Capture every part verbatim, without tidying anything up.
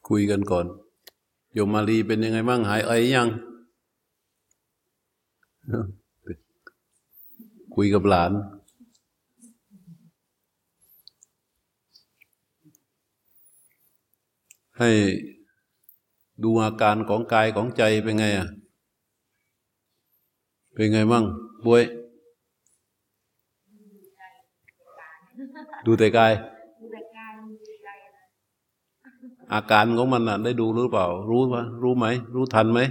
คุยกันก่อนโยมมาลีเป็นยังไงบ้างหายไอยังคุยกับหลานให้ดูอาการของกายของใจเป็นไงอ่ะเป็นไงบ้างบวยดูแต่กายอาการของมันน่ะได้ดูหรือเปล่ารู้ปะรู้ไหมรู้ทันไหม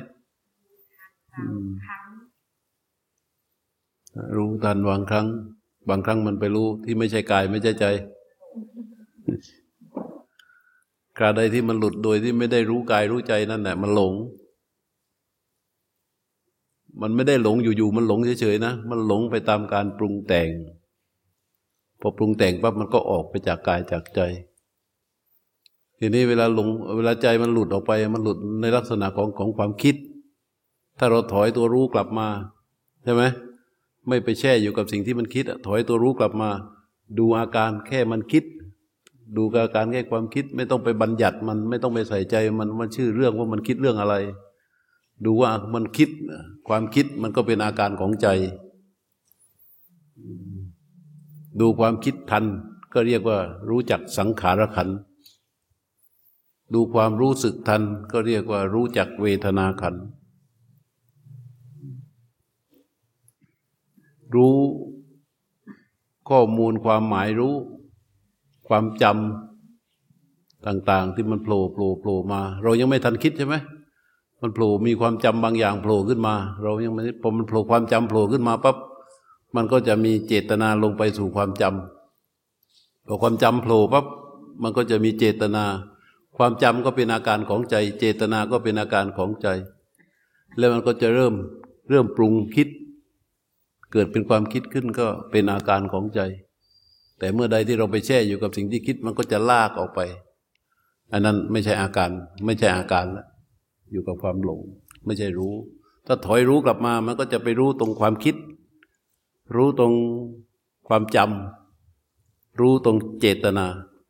รู้ทันบางครั้งบางครั้งมันไปรู้ที่ไม่ใช่กายไม่ใช่ใจคราใดที่มันหลุดโดยที่ไม่ได้รู้กายรู้ใจนั่นแหละมันหลงมันไม่ได้หลงอยู่ๆมันหลงเฉยๆนะมันหลงไปตามการปรุงแต่งพอปรุงแต่งปั๊บมันก็ออกไปจากกายจากใจทีนี้เวลาหลงเวลาใจมันหลุดออกไปมันหลุดในลักษณะของของความคิดถ้าเราถอยตัวรู้กลับมาใช่ไหมไม่ไปแช่อยู่กับสิ่งที่มันคิดถอยตัวรู้กลับมาดูอาการแค่มันคิดดูอาการแค่ความคิดไม่ต้องไปบัญญัติมันไม่ต้องไปใส่ใจมันมันชื่อเรื่องว่ามันคิดเรื่องอะไรดูว่ามันคิดความคิดมันก็เป็นอาการของใจดูความคิดทันก็เรียกว่ารู้จักสังขารขันธ์ดูความรู้สึกทันก็เรียกว่ารู้จักเวทนาขันธ์รู้ข้อมูลความหมายรู้ความจำต่างๆที่มันโผล่โผล่โผล่มาเรายังไม่ทันคิดใช่ไหมมันโผล่มีความจำบางอย่างโผล่ขึ้นมาเรายังไม่พอมันโผล่ความจำโผล่ขึ้นมาปั๊บมันก็จะมีเจตนาลงไปสู่ความจำพอความจำโผล่ปั๊บมันก็จะมีเจตนาความจำก็เป็นอาการของใจเจตนาก็เป็นอาการของใจแล้วมันก็จะเริ่มเริ่มปรุงคิดเกิดเป็นความคิดขึ้นก็เป็นอาการของใจแต่เมื่อใดที่เราไปแช่อยู่กับสิ่งที่คิดมันก็จะลากออกไปอันนั้นไม่ใช่อาการไม่ใช่อาการแล้วอยู่กับความหลงไม่ใช่รู้ถ้าถอยรู้กลับมามันก็จะไปรู้ตรงความคิดรู้ตรงความจำรู้ตรงเจตนา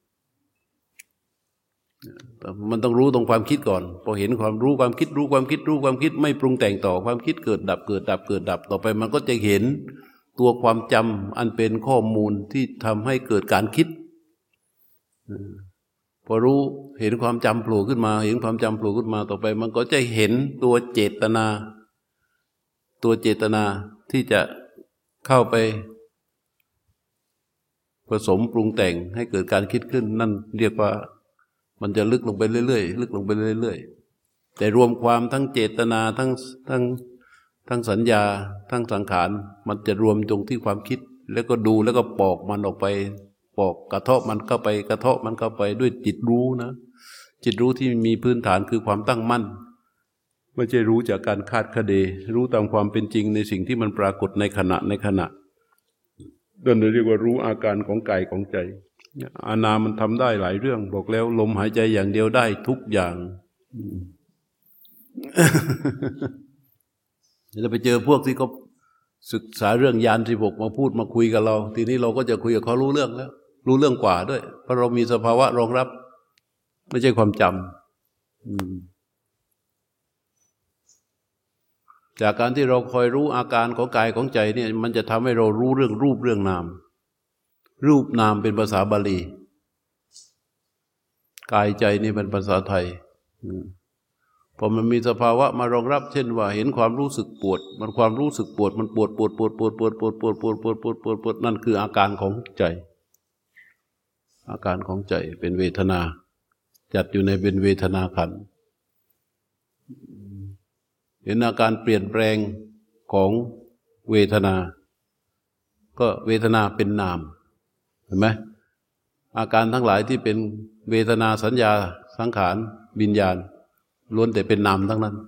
มันต้องรู้ตรงความคิดก่อนพอเห็นความรู้ความคิดรู้ความคิดรู้ความคิดไม่ปรุงแต่งต่อความคิดเกิดดับเกิดดับเกิดดับต่อไปมันก็จะเห็นตัวความจำอันเป็นข้อมูลที่ทำให้เกิดการคิดพอรู้เห็นความจำโผล่ขึ้นมาเห็นความจำโผล่ขึ้นมาต่อไปมันก็จะเห็นตัวเจตนาตัวเจตนาที่จะเข้าไปผสมปรุงแต่งให้เกิดการคิดขึ้นนั่นเรียกว่ามันจะลึกลงไปเรื่อยๆลึกลงไปเรื่อยๆแต่รวมความทั้งเจตนาทั้งทั้งทั้งสัญญาทั้งสังขารมันจะรวมตรงที่ความคิดแล้วก็ดูแล้วก็ปอกมันออกไปปอกกระเทาะมันเข้าไปกระเทาะมันเข้าไปด้วยจิตรู้นะจิตรู้ที่มีพื้นฐานคือความตั้งมั่นไม่ใช่รู้จากการคาดคะเนรู้ตามความเป็นจริงในสิ่งที่มันปรากฏในขณะในขณะนั่นเรียกว่ารู้อาการของกายของใจอานามันทำได้หลายเรื่องบอกแล้วลมหายใจอย่างเดียวได้ทุกอย่างเราไปเจอพวกที่เขาศึกษาเรื่องยานสิบหกมาพูดมาคุยกับเราทีนี้เราก็จะคุยกับเขารู้เรื่องแล้วรู้เรื่องกว่าด้วยเพราะเรามีสภาวะรองรับไม่ใช่ความจำจากการที่เราคอยรู้อาการของกายของใจเนี่ยมันจะทำให้เรารู้เรื่องรูปเรื่องนามรูปนามเป็นภาษาบาลีกายใจนี่เป็นภาษาไทยพอมันมีสภาวะมารองรับเช่นว่าเห็นความรู้สึกปวดมันความรู้สึกปวดมันปวดปวดปวดปวดปวดปวดปวดปวดปวดปวดปวดปวดนั่นคืออาการของใจอาการของใจเป็นเวทนาจัดอยู่ในเป็นเวทนาขันธ์เห็นอาการเปลี่ยนแปลงของเวทนาก็เวทนาเป็นนามเห็นไหมอาการทั้งหลายที่เป็นเวทนาสัญญาสังขารวิญญาณล้วนแต่เป็นนามทั้งนั้น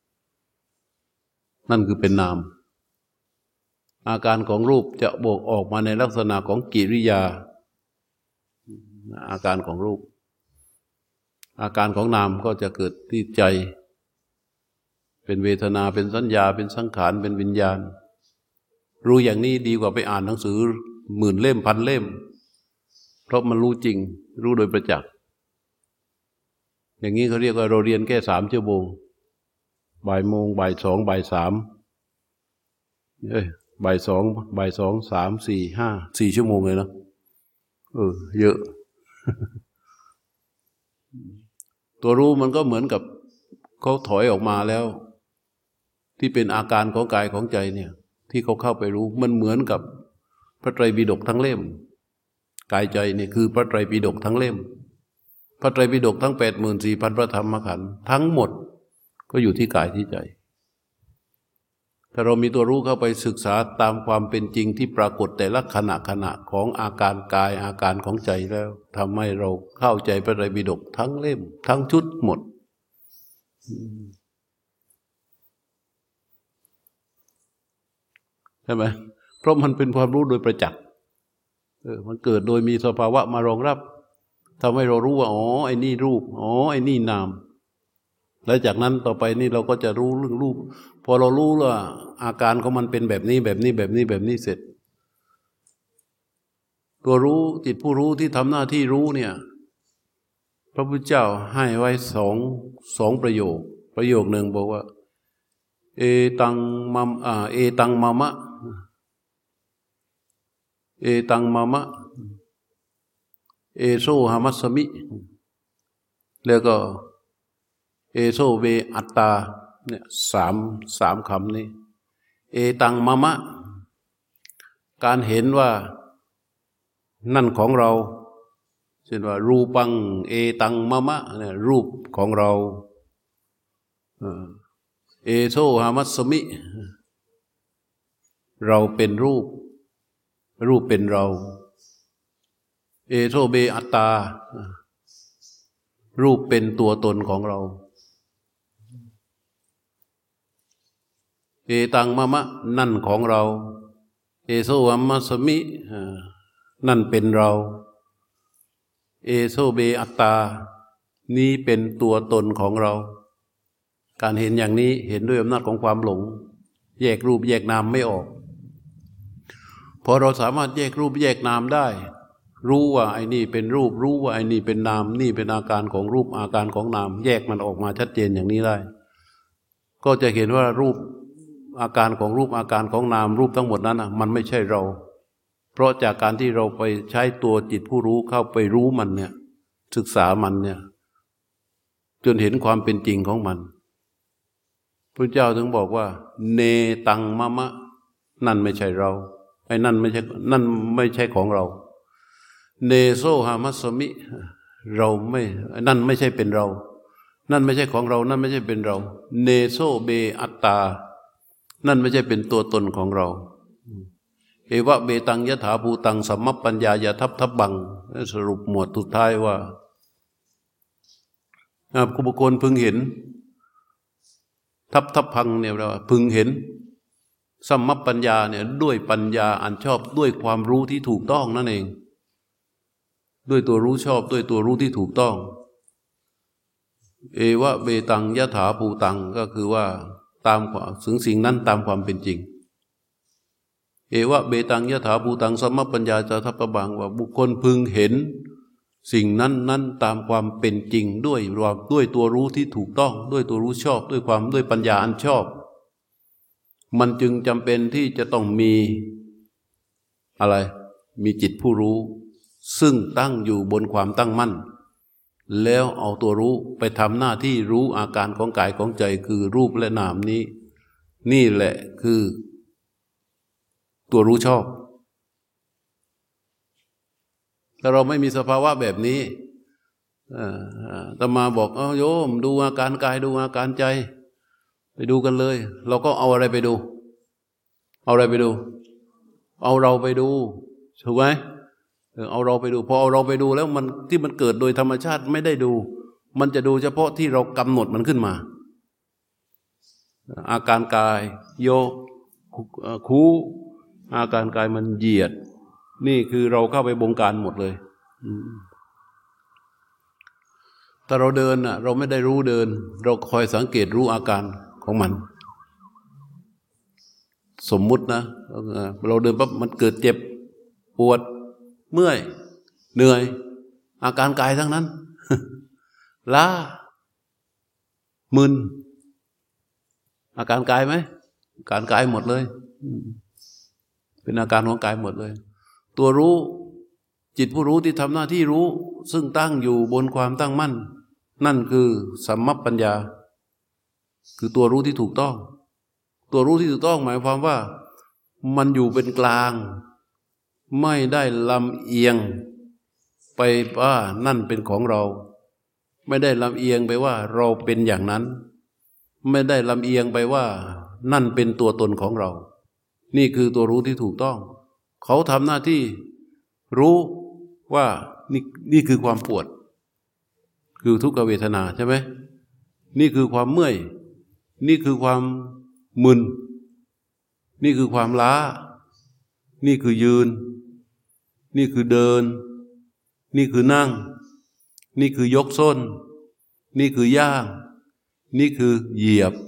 นั่นคือเป็นนามอาการของรูปจะบอกออกมาในลักษณะของกิริยาอาการของรูปอาการของนามก็จะเกิดที่ใจเป็นเวทนาเป็นสัญญาเป็นสังขารเป็นวิญญาณรู้อย่างนี้ดีกว่าไปอ่านหนังสือหมื่นเล่มพันเล่มเพราะมันรู้จริงรู้โดยประจักษ์อย่างนี้เขาเรียกว่าเราเรียนแค่สามชั่วโมงบ่ายโมงบ่ายสองบ่ายสามเอ้ยบ่ายสองบ่ายสองสามสี่ห้าสี่ชั่วโมงเลยนะเออเยอะ ตัวรู้มันก็เหมือนกับเขาถอยออกมาแล้วที่เป็นอาการของกายของใจเนี่ยที่เขาเข้าไปรู้มันเหมือนกับพระไตรปิฎกทั้งเล่มกายใจเนี่ยคือพระไตรปิฎกทั้งเล่มพระไตรปิฎกทั้งแปดหมื่นสี่พันพระธรรมขันธ์ทั้งหมดก็อยู่ที่กายที่ใจถ้าเรามีตัวรู้เข้าไปศึกษาตามความเป็นจริงที่ปรากฏแต่ละขณะขณะของอาการกายอาการของใจแล้วทำให้เราเข้าใจพระไตรปิฎกทั้งเล่มทั้งชุดหมดใช่ไหมเพราะมันเป็นความรู้โดยประจักษ์เออมันเกิดโดยมีสภาวะมารองรับทำให้เรารู้ว่าอ๋อไอ้นี่รูปอ๋อไอ้นี่นามแล้วจากนั้นต่อไปนี่เราก็จะรู้เรื่องรูปพอเรารู้ว่าอาการของมันเป็นแบบนี้แบบนี้แบบนี้แบบนี้เสร็จตัวรู้จิตผู้รู้ที่ทำหน้าที่รู้เนี่ยพระพุทธเจ้าให้ไว้สองสองประโยคประโยคหนึ่งบอกว่าเอตังมัมอ่าเอตังมะมะเอตังมะมะเอโซหามัสสมิแล้วก็เอโซเวอัตตาเนี่ยสามสามคำนี้เอตังมะมะการเห็นว่านั่นของเราเช่นว่ารูปังเอตังมะมะเนี่ยรูปของเราเอโซหามัสสมิเราเป็นรูปรูปเป็นเราเอโซเบอัตตารูปเป็นตัวตนของเราเอตังมะมะนั่นของเราเอโซหามัสสมินั่นเป็นเราเอโซเบอัตตานี้เป็นตัวตนของเราการเห็นอย่างนี้เห็นด้วยอำนาจของความหลงแยกรูปแยกนามไม่ออกพอเราสามารถแยกรูปแยกนามได้รู้ว่าไอ้นี่เป็นรูปรู้ว่าไอ้นี่เป็นนามนี่เป็นอาการของรูปอาการของนามแยกมันออกมาชัดเจนอย่างนี้ได้ก็จะเห็นว่ารูปอาการของรูปอาการของนามรูปทั้งหมดนั้นนะมันไม่ใช่เราเพราะจากการที่เราไปใช้ตัวจิตผู้รู้เข้าไปรู้มันเนี่ยศึกษามันเนี่ยจนเห็นความเป็นจริงของมันพระเจ้าถึงบอกว่าเนตังมะมะนั่นไม่ใช่เราไอ้นั่นไม่ใช่นั่นไม่ใช่ของเราเนโซหามัสสมิเราไม่นั่นไม่ใช่เป็นเรานั่นไม่ใช่ของเรานั่นไม่ใช่เป็นเราเนโซเบอัตตานั่นไม่ใช่เป็นตัวตนของเราเอวะเบตังยถาภูตังสัมมัปปัญญายะทัพทับบังสรุปหมวดสุดท้ายว่าผู้บุคคลพึงเห็นทัพทับพังเนี่ยเราพึงเห็นสัมมัปปัญญาเนี่ยด้วยปัญญาอันชอบด้วยความรู้ที่ถูกต้องนั่นเองด้วยตัวรู้ชอบด้วยตัวรู้ที่ถูกต้องเอวะเบตังยถาภูตังก็คือว่าตามถึงสิ่งนั้นตามความเป็นจริงเอวะเบตังยถาภูตังสัมมัปปัญญาจะทัพบังว่าบุคคลพึงเห็นสิ่งนั้นนั้นตามความเป็นจริงด้วยด้วยตัวรู้ที่ถูกต้องด้วยตัวรู้ชอบด้วยความด้วยปัญญาอันชอบมันจึงจำเป็นที่จะต้องมีอะไรมีจิตผู้รู้ซึ่งตั้งอยู่บนความตั้งมั่นแล้วเอาตัวรู้ไปทำหน้าที่รู้อาการของกายของใจคือรูปและนามนี้นี่แหละคือตัวรู้ชอบถ้าเราไม่มีสภาวะแบบนี้อาตมาบอกเอาโยมดูอาการกายดูอาการใจไปดูกันเลยเราก็เอาอะไรไปดูเอาอะไรไปดูเอาเราไปดูถูกไหมเอาเราไปดูพอเอาเราไปดูแล้วมันที่มันเกิดโดยธรรมชาติไม่ได้ดูมันจะดูเฉพาะที่เรากำหนดมันขึ้นมาอาการกายโยกคูอาการกายมันเหยียดนี่คือเราเข้าไปบงการหมดเลยแต่เราเดินน่ะเราไม่ได้รู้เดินเราคอยสังเกตรู้อาการของมันสมมุตินะเราเดินปั๊บมันเกิดเจ็บปวดเมื่อยเหนื่อยอาการกายทั้งนั้นล้ามึนอาการกายไหมอาการกายหมดเลยเป็นอาการของกายหมดเลยตัวรู้จิตผู้รู้ที่ทำหน้าที่รู้ซึ่งตั้งอยู่บนความตั้งมั่นนั่นคือสัมมัปปัญญาคือตัวรู้ที่ถูกต้องตัวรู้ที่ถูกต้องหมายความว่ามันอยู่เป็นกลางไม่ได้ลำเอียงไปว่านั่นเป็นของเราไม่ได้ลำเอียงไปว่าเราเป็นอย่างนั้นไม่ได้ลำเอียงไปว่านั่นเป็นตัวตนของเรานี่คือตัวรู้ที่ถูกต้องเขาทำหน้าที่รู้ว่านี่นี่คือความปวดคือทุกขเวทนาใช่ไหมนี่คือความเมื่อยนี่คือความมึนนี่คือความล้านี่คือยืนนี่คือเดินนี่คือนั่งนี่คือยกส้นนี่คือย่างนี่คือเหยียบ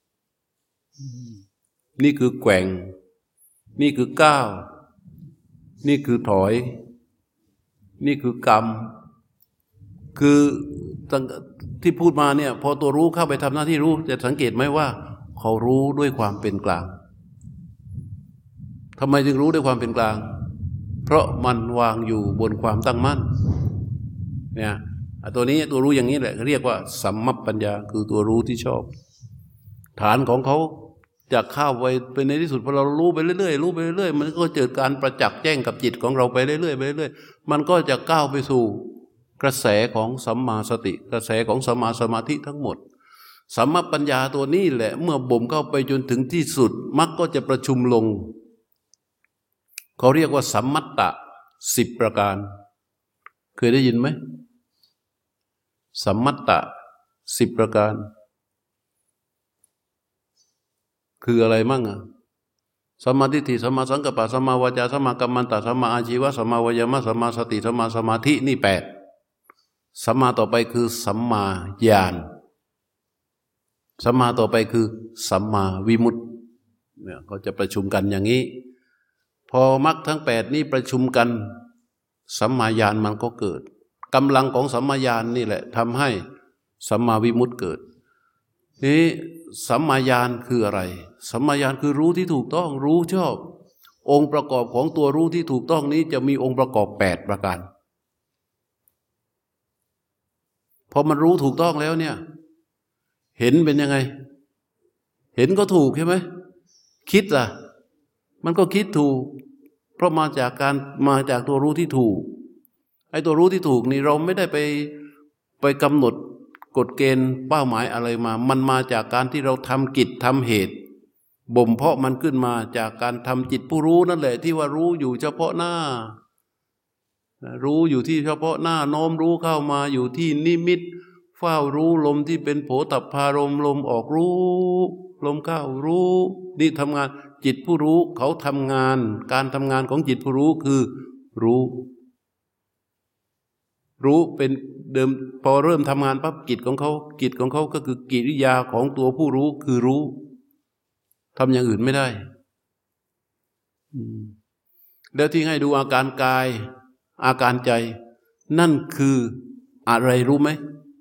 นี่คือแกว่งนี่คือก้าวนี่คือถอยนี่คือกรรมคือที่พูดมาเนี่ยพอตัวรู้เข้าไปทำหน้าที่รู้จะสังเกตไหมว่าเขารู้ด้วยความเป็นกลางทำไมจึงรู้ด้วยความเป็นกลางเพราะมันวางอยู่บนความตั้งมั่นเนี่ยตัวนี้ตัวรู้อย่างนี้แหละเรียกว่าสัมมัปปัญญาคือตัวรู้ที่ชอบฐานของเขาจะเข้าไปเป็นในที่สุดพอเรารู้ไปเรื่อยๆรู้ไปเรื่อยๆมันก็เกิดการประจักษ์แจ้งกับจิตของเราไปเรื่อยๆไปเรื่อยๆมันก็จะก้าวไปสู่กระแสของสัมมาสติกระแสของสัมมาสมาธิทั้งหมดสัมมาปัญญาตัวนี้แหละเมื่อบ่มเข้าไปจนถึงที่สุดมรรคก็จะประชุมลงเขาเรียกว่าสัมมัตตะสิบประการเคยได้ยินไหมสัมมัตตะสิบประการคืออะไรมั่งอ่ะสัมมาทิฏฐิสัมมาสังกัปปะสัมมาวาจาสัมมากัมมันตะสัมมาอาชีวะสัมมาวายามะสัมมาสติสัมมาสมาธินี่แปดสัมมาต่อไปคือสัมมาญาณสัมมาต่อไปคือสัมมาวิมุตติเนี่ยเขาจะประชุมกันอย่างนี้พอมรรคทั้งแปดนี้ประชุมกันสัมมาญาณมันก็เกิดกำลังของสัมมาญาณนี่แหละทำให้สัมมาวิมุตติเกิดนี้สัมมาญาณคืออะไรสัมมาญาณคือรู้ที่ถูกต้องรู้ชอบองค์ประกอบของตัวรู้ที่ถูกต้องนี้จะมีองค์ประกอบแปดประการพอมันรู้ถูกต้องแล้วเนี่ยเห็นเป็นยังไงเห็นก็ถูกใช่ไหมคิดล่ะมันก็คิดถูกเพราะมาจากการมาจากตัวรู้ที่ถูกไอ้ตัวรู้ที่ถูกนี่เราไม่ได้ไปไปกำหนดกฎเกณฑ์เป้าหมายอะไรมามันมาจากการที่เราทำกิจทำเหตุบ่มเพาะมันขึ้นมาจากการทำจิตผู้รู้นั่นแหละที่ว่ารู้อยู่เฉพาะหน้ารู้อยู่ที่เฉพาะหน้าโน้มรู้เข้ามาอยู่ที่นิมิตเฝ้ารู้ลมที่เป็นโผฏฐัพพารมณ์ลมออกรู้ลมเข้ารู้นี่ทำงานจิตผู้รู้เขาทำงานการทำงานของจิตผู้รู้คือรู้รู้เป็นเดิมพอเริ่มทำงานปั๊บกิจของเขากิจของเขาก็คือกิริยาของตัวผู้รู้คือรู้ทำอย่างอื่นไม่ได้แล้วที่ให้ดูอาการกายอาการใจนั่นคืออะไรรู้ไหม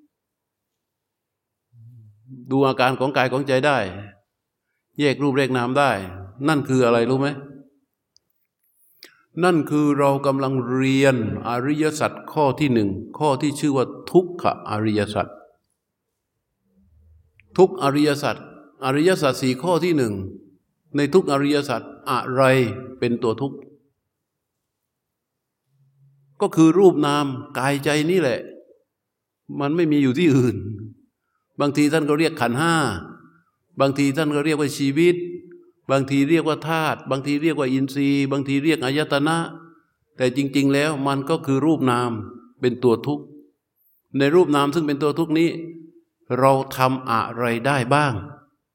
ดูอาการของกายของใจได้แยกรูปเรียกนามได้นั่นคืออะไรรู้ไหมนั่นคือเรากำลังเรียนอริยสัจข้อที่หนึ่งข้อที่ชื่อว่าทุกขอริยสัจทุกอริยสัจอริยสัจสี่ข้อที่หนึ่งในทุกอริยสัจอะไรเป็นตัวทุกข์ก็คือรูปนามกายใจนี่แหละมันไม่มีอยู่ที่อื่นบางทีท่านก็เรียกขันธ์ห้าบางทีท่านก็เรียกว่าชีวิตบางทีเรียกว่าธาตุบางทีเรียกว่าอินทรีย์บางทีเรียกอายตนะแต่จริงๆแล้วมันก็คือรูปนามเป็นตัวทุกข์ในรูปนามซึ่งเป็นตัวทุกข์นี้เราทำอะไรได้บ้าง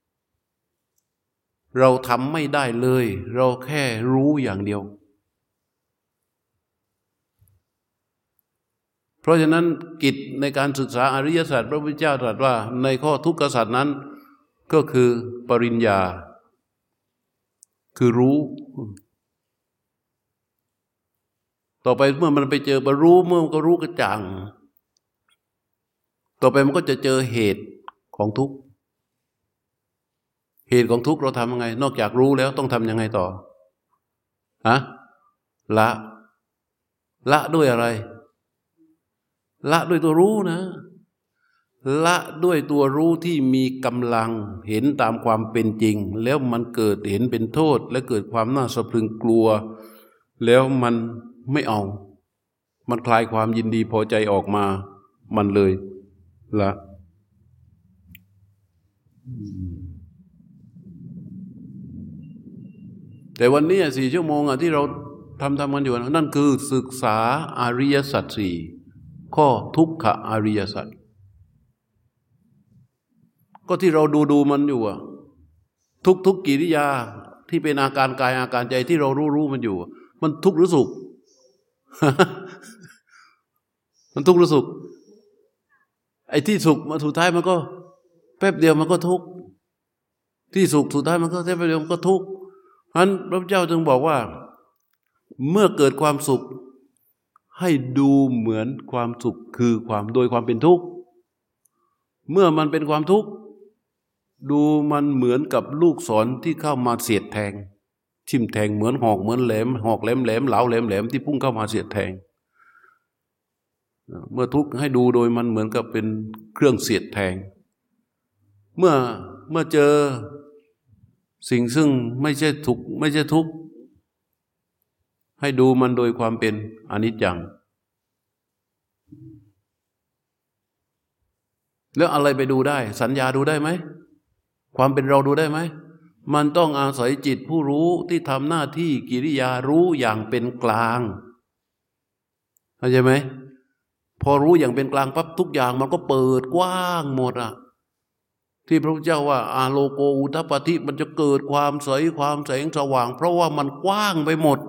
เราทำไม่ได้เลยเราแค่รู้อย่างเดียวเพราะฉะนั้นกิจในการศึกษาอริยสัจพระพุทธเจ้าตรัสว่าในข้อทุกขสัจนั้นก็คือปริญญาคือรู้ต่อไปเมื่อมันไปเจอบรรลุเมื่อมันก็รู้กระจ่างต่อไปมันก็จะเจอเหตุของทุกข์เหตุของทุกข์เราทำยังไงนอกจากรู้แล้วต้องทำยังไงต่อฮะละละด้วยอะไรละด้วยตัวรู้นะละด้วยตัวรู้ที่มีกำลังเห็นตามความเป็นจริงแล้วมันเกิดเห็นเป็นโทษและเกิดความน่าสะพรึงกลัวแล้วมันไม่เอามันคลายความยินดีพอใจออกมามันเลยละแต่วันนี้สี่ชั่วโมงอะที่เราทำทำกันอยู่นั่นคือศึกษาอริยสัจสี่ข้อทุกขอริยสัจก็ที่เราดูดูมันอยู่อะทุกทุกกิริยาที่เป็นอาการกายอาการใจที่เรารู้รู้มันอยู่มันทุกข์หรือสุข มันทุกข์หรือสุขไอ้ที่สุขมาสุดท้ายมันก็แป๊บเดียวมันก็ทุกข์ที่สุขสุดท้ายมันก็แป๊บเดียวมันก็ทุกข์เพราะฉะนั้นพระพุทธเจ้าจึงบอกว่าเมื่อเกิดความสุขให้ดูเหมือนความสุขคือความโดยความเป็นทุกข์เมื่อมันเป็นความทุกข์ดูมันเหมือนกับลูกศรที่เข้ามาเสียดแทงทิ่มแทงเหมือนหอกเหมือนแหลมหอกแหลมแหลมเหลาแหลมแหลมที่พุ่งเข้ามาเสียดแทงเมื่อทุกข์ให้ดูโดยมันเหมือนกับเป็นเครื่องเสียดแทงเมื่อเมื่อเจอสิ่งซึ่งไม่ใช่ทุกข์ไม่ใช่ทุกข์ให้ดูมันโดยความเป็นอนิจจังแล้วอะไรไปดูได้สัญญาดูได้ไหมความเป็นเราดูได้ไหมมันต้องอาศัยจิตผู้รู้ที่ทำหน้าที่กิริยารู้อย่างเป็นกลางเข้าใจไหมพอรู้อย่างเป็นกลางปั๊บทุกอย่างมันก็เปิดกว้างหมดอ่ะที่พระพุทธเจ้าว่าอาโลโกอุทธัปปทิมันจะเกิดความใสความแสงสว่างเพราะว่ามันกว้างไปหมด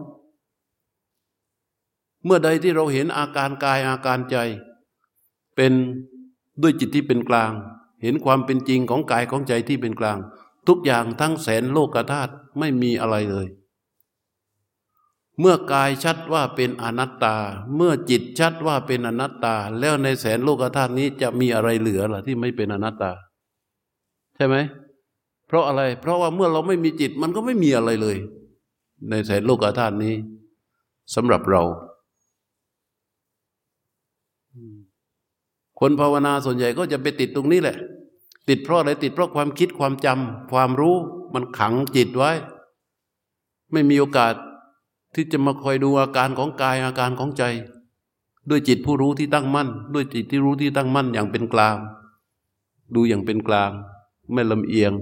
เมื่อใดที่เราเห็นอาการกายอาการใจเป็นด้วยจิตที่เป็นกลางเห็นความเป็นจริงของกายของใจที่เป็นกลางทุกอย่างทั้งแสนโลกธาตุไม่มีอะไรเลยเมื่อกายชัดว่าเป็นอนัตตาเมื่อจิตชัดว่าเป็นอนัตตาแล้วในแสนโลกธาตุนี้จะมีอะไรเหลือล่ะที่ไม่เป็นอนัตตาใช่ไหมเพราะอะไรเพราะว่าเมื่อเราไม่มีจิตมันก็ไม่มีอะไรเลยในแสนโลกธาตุนี้สำหรับเราคนภาวนาส่วนใหญ่ก็จะไปติดตรงนี้แหละติดเพราะอะไรติดเพราะความคิดความจำความรู้มันขังจิตไว้ไม่มีโอกาสที่จะมาคอยดูอาการของกายอาการของใจด้วยจิตผู้รู้ที่ตั้งมั่นด้วยจิตที่รู้ที่ตั้งมั่นอย่างเป็นกลางดูอย่างเป็นกลางไม่ลำเอียง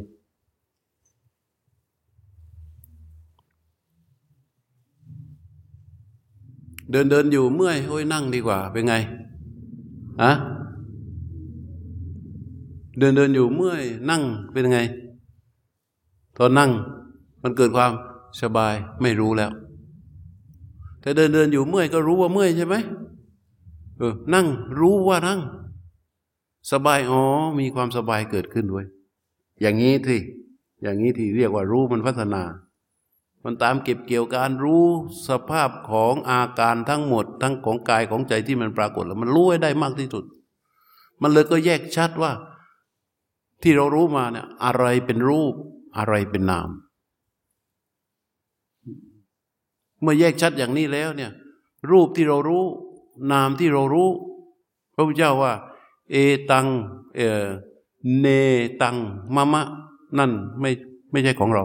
เดินเดินอยู่เมื่อยโอ้ยนั่งดีกว่าเป็นไงอะเดินเดินอยู่เมื่อยนั่งเป็นไงตอนนั่งมันเกิดความสบายไม่รู้แล้วแต่เดินเดินอยู่เมื่อยก็รู้ว่าเมื่อยใช่ไหมเออนั่งรู้ว่านั่งสบายอ๋อมีความสบายเกิดขึ้นด้วยอย่างนี้ที่อย่างนี้ที่เรียกว่ารู้มันพัฒนามันตามเก็บเกี่ยวการรู้สภาพของอาการทั้งหมดทั้งของกายของใจที่มันปรากฏแล้วมันรู้ให้ได้มากที่สุดมันเลยก็แยกชัดว่าที่เรารู้มาเนี่ยอะไรเป็นรูปอะไรเป็นนามเมื่อแยกชัดอย่างนี้แล้วเนี่ยรูปที่เรารู้นามที่เรารู้พระพุทธเจ้าว่าเอตังเอเนตังมะมะนั่นไม่ไม่ใช่ของเรา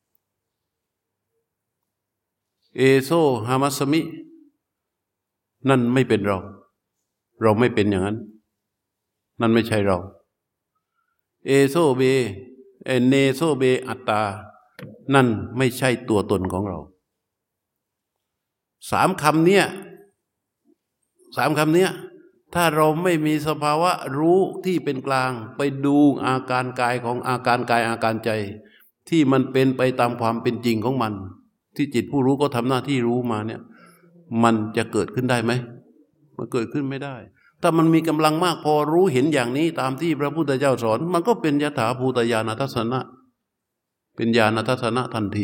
เอโซฮามัสมินั่นไม่เป็นเราเราไม่เป็นอย่างนั้นนั่นไม่ใช่เราเอโซเบเอเนโซเบอัตตานั่นไม่ใช่ตัวตนของเราสามคำเนี้ยสามคำเนี้ยถ้าเราไม่มีสภาวะรู้ที่เป็นกลางไปดูอาการกายของอาการกายอาการใจที่มันเป็นไปตามความเป็นจริงของมันที่จิตผู้รู้ก็ทำหน้าที่รู้มาเนี่ยมันจะเกิดขึ้นได้ไหมมันเกิดขึ้นไม่ได้ถ้ามันมีกำลังมากพอรู้เห็นอย่างนี้ตามที่พระพุทธเจ้าสอนมันก็เป็นยถาภูตญาณทัศนะเป็นญาณทัศนะทันที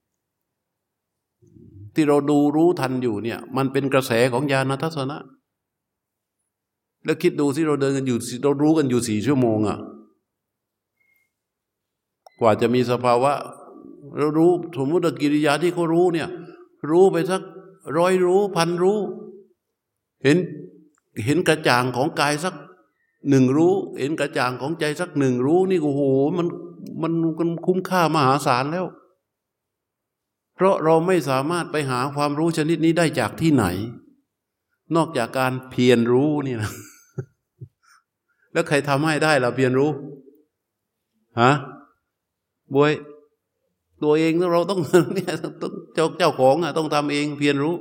ที่เราดูรู้ทันอยู่เนี่ยมันเป็นกระแสของญาณทัศนะแล้วคิดดูที่เราเดินกันอยู่เรารู้กันอยู่สี่ชั่วโมงอ่ะกว่าจะมีสภาวะเรารู้สมมติกิริยาที่เขารู้เนี่ยรู้ไปสักร้อยรู้พันรู้เห็นเห็นกระจ่างของกายสักหนึ่งรู้เห็นกระจ่างของใจสักหนึ่งรู้นี่โอ้โหมันมันมันคุ้มค่ามหาศาลแล้วเพราะเราไม่สามารถไปหาความรู้ชนิดนี้ได้จากที่ไหนนอกจากการเพียรรู้นี่นะแล้วใครทำให้ได้เราเพียรรู้ฮะบวยตัวเองเราต้องเนี่ยต้องเจ้าเจ้าของอ่ะต้องทำเองเพียรรู้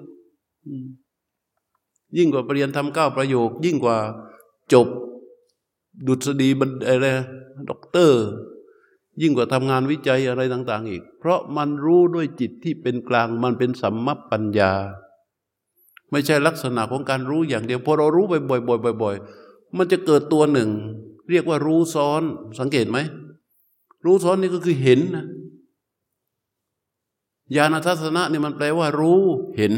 ยิ่งกว่าปริญญาธรรมเก้าประโยคยิ่งกว่าจบดุษฎีบัณฑิตอะไรด็อกเตอร์ยิ่งกว่าทำงานวิจัยอะไรต่างๆอีกเพราะมันรู้ด้วยจิตที่เป็นกลางมันเป็นสัมมัปปัญญาไม่ใช่ลักษณะของการรู้อย่างเดียวพอเรารู้บ่อยๆบ่อยๆมันจะเกิดตัวหนึ่งเรียกว่ารู้ซ้อนสังเกตไหมรู้ซ้อนนี่ก็คือเห็นนะญาณทัศนะนี่มันแปลว่ารู้เห็น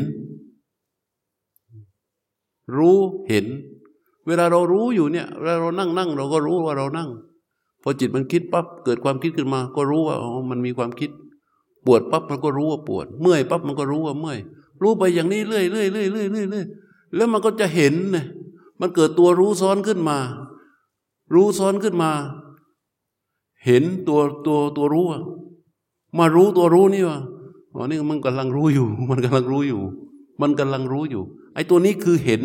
รู้เห็นเวลาเรารู้อยู่เนี่ยเวลาเรานั่งนั่งเราก็รู้ว่าเรานั่งพอจิตมันคิดปั๊บเกิดความคิดขึ้นมาก็รู้ว่าอ๋อมันมีความคิดปวดปั๊บมันก็รู้ว่าปวดเมื่อยปั๊บมันก็รู้ว่าเมื่อยรู้ไปอย่างนี้เรื่อยเรื่อยเรื่อยเรื่อยเรื่อยเรื่อยแล้วมันก็จะเห็นเนี่ยมันเกิดตัวรู้ซ้อนขึ้นมารู้ซ้อนขึ้นมาเห็นตัวตัวตัวรู้มารู้ตัวรู้นี่ว่าอ๋อนี่มันกำลังรู้อยู่มันกำลังรู้อยู่มันกำลังรู้อยู่ไอ้ตัวนี้คือเห็น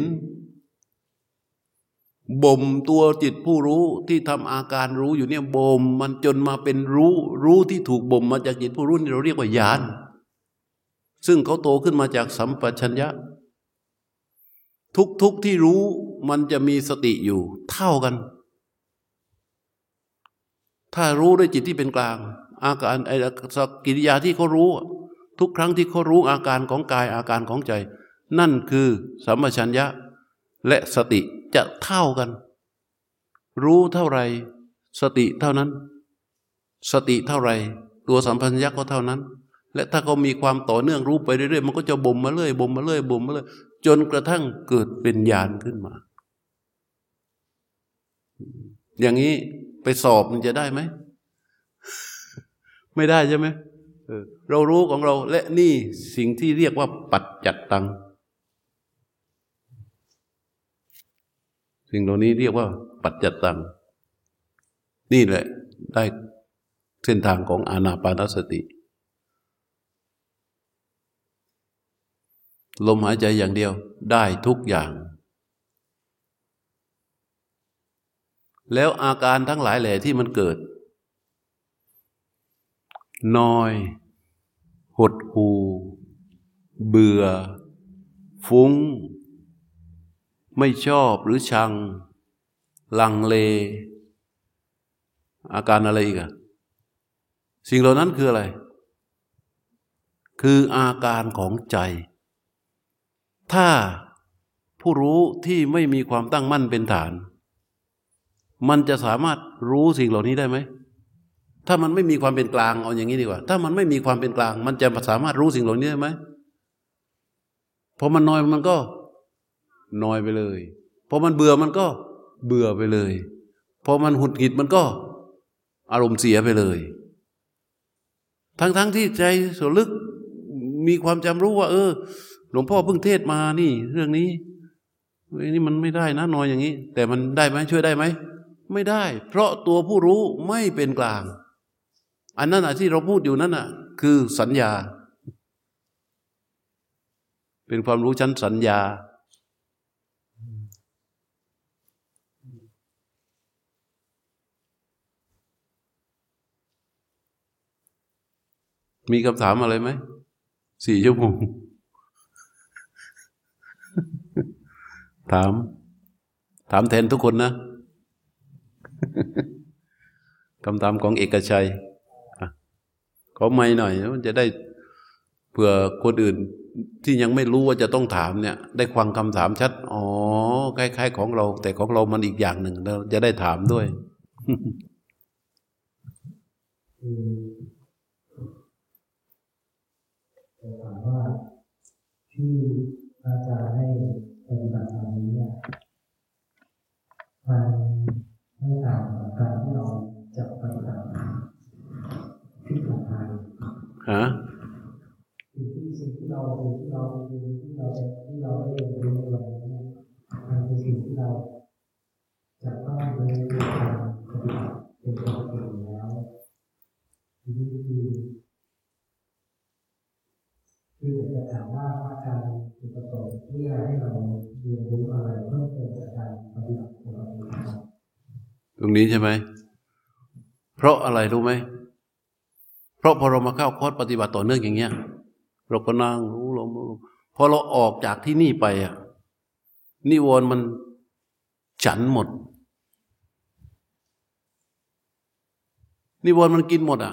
บ่มตัวจิตผู้รู้ที่ทำอาการรู้อยู่เนี่ยบ่มมันจนมาเป็นรู้รู้ที่ถูกบ่มมาจากจิตผู้รู้นี่เราเรียกว่าญาณซึ่งเขาโตขึ้นมาจากสัมปชัญญะทุกทุกที่รู้มันจะมีสติอยู่เท่ากันถ้ารู้ด้วยจิตที่เป็นกลางอาการไอ้กิริยาที่เขารู้ทุกครั้งที่เขารู้อาการของกายอาการของใจนั่นคือสัมปชัญญะและสติจะเท่ากันรู้เท่าไรสติเท่านั้นสติเท่าไรตัวสัมปชัญญะก็เท่านั้นและถ้าเขามีความต่อเนื่องรู้ไปเรื่อยๆมันก็จะบ่มมาเรื่อยบ่มมาเรื่อยบ่มมาเรื่อยจนกระทั่งเกิดเป็นญาณขึ้นมาอย่างนี้ไปสอบมันจะได้ไหม ไม่ได้ใช่ไหมเออเรารู้ของเราและนี่สิ่งที่เรียกว่าปัจจัตตังสิ่งเหล่านี้เรียกว่าปัจจัตตังนี่แหละได้เส้นทางของอานาปานสติลมหายใจอย่างเดียวได้ทุกอย่างแล้วอาการทั้งหลายแหล่ที่มันเกิดนอยหดหู่เบื่อฟุ้งไม่ชอบหรือชังลังเลอาการอะไรอีกอะสิ่งเหล่านั้นคืออะไรคืออาการของใจถ้าผู้รู้ที่ไม่มีความตั้งมั่นเป็นฐานมันจะสามารถรู้สิ่งเหล่านี้ได้ไหมถ้ามันไม่มีความเป็นกลางเอาอย่างนี้ดีกว่าถ้ามันไม่มีความเป็นกลางมันจะสามารถรู้สิ่งเหล่านี้ได้ไหมพอมันน้อยมันก็น้อยไปเลยพอมันเบื่อมันก็เบื่อไปเลยพอมันหงุดหงิดมันก็อารมณ์เสียไปเลยทั้งๆ ท, ที่ใจส่วนลึกมีความจำรู้ว่าเออหลวงพ่อเพิ่งเทศมานี่เรื่องนี้นี่มันไม่ได้นะน้อยอย่างนี้แต่มันได้ไหมช่วยได้ไหมไม่ได้เพราะตัวผู้รู้ไม่เป็นกลางอันนั้นอ่ะที่เราพูดอยู่นั่นอ่ะคือสัญญาเป็นความรู้ชั้นสัญญามีคำถามอะไรไหมสี่ชั่วโมงถามถามแทนทุกคนนะคำถามของเอกชัยขอไมค์หน่อยมันจะได้เผื่อคนอื่นที่ยังไม่รู้ว่าจะต้องถามเนี่ยได้ฟังคำถามชัดอ๋อคล้ายๆของเราแต่ของเรามันอีกอย่างหนึ่งเราจะได้ถามด้วยถามว่าที่อาจารย์ให้ปฏิบัติแบบนี้เนี่ยมันไม่ต่างกับการที่เราจะปฏิบัติเราที่เราที่เราได้เรียนรู้ในวันนี้เนี่ยมันเป็นสิ่งที่เราจะต้องเรียนรู้การปฏิบัติเป็นปกติอยู่แล้วทีนี้คือคือจะถามว่าอาการจุดประสงค์เพื่อให้เราเรียนรู้อะไรเพิ่มเติมจากการปฏิบัติของเราตรงนี้ใช่ไหมเพราะอะไรรู้ไหมเพราะพอเรามาเข้าคอร์สปฏิบัติต่อเนื่องอย่างเงี้ยเราก็นั่งรู้ลมพอเราออกจากที่นี่ไปอ่ะนิวรณ์มันฉันหมดนิวรณ์มันกินหมดอ่ะ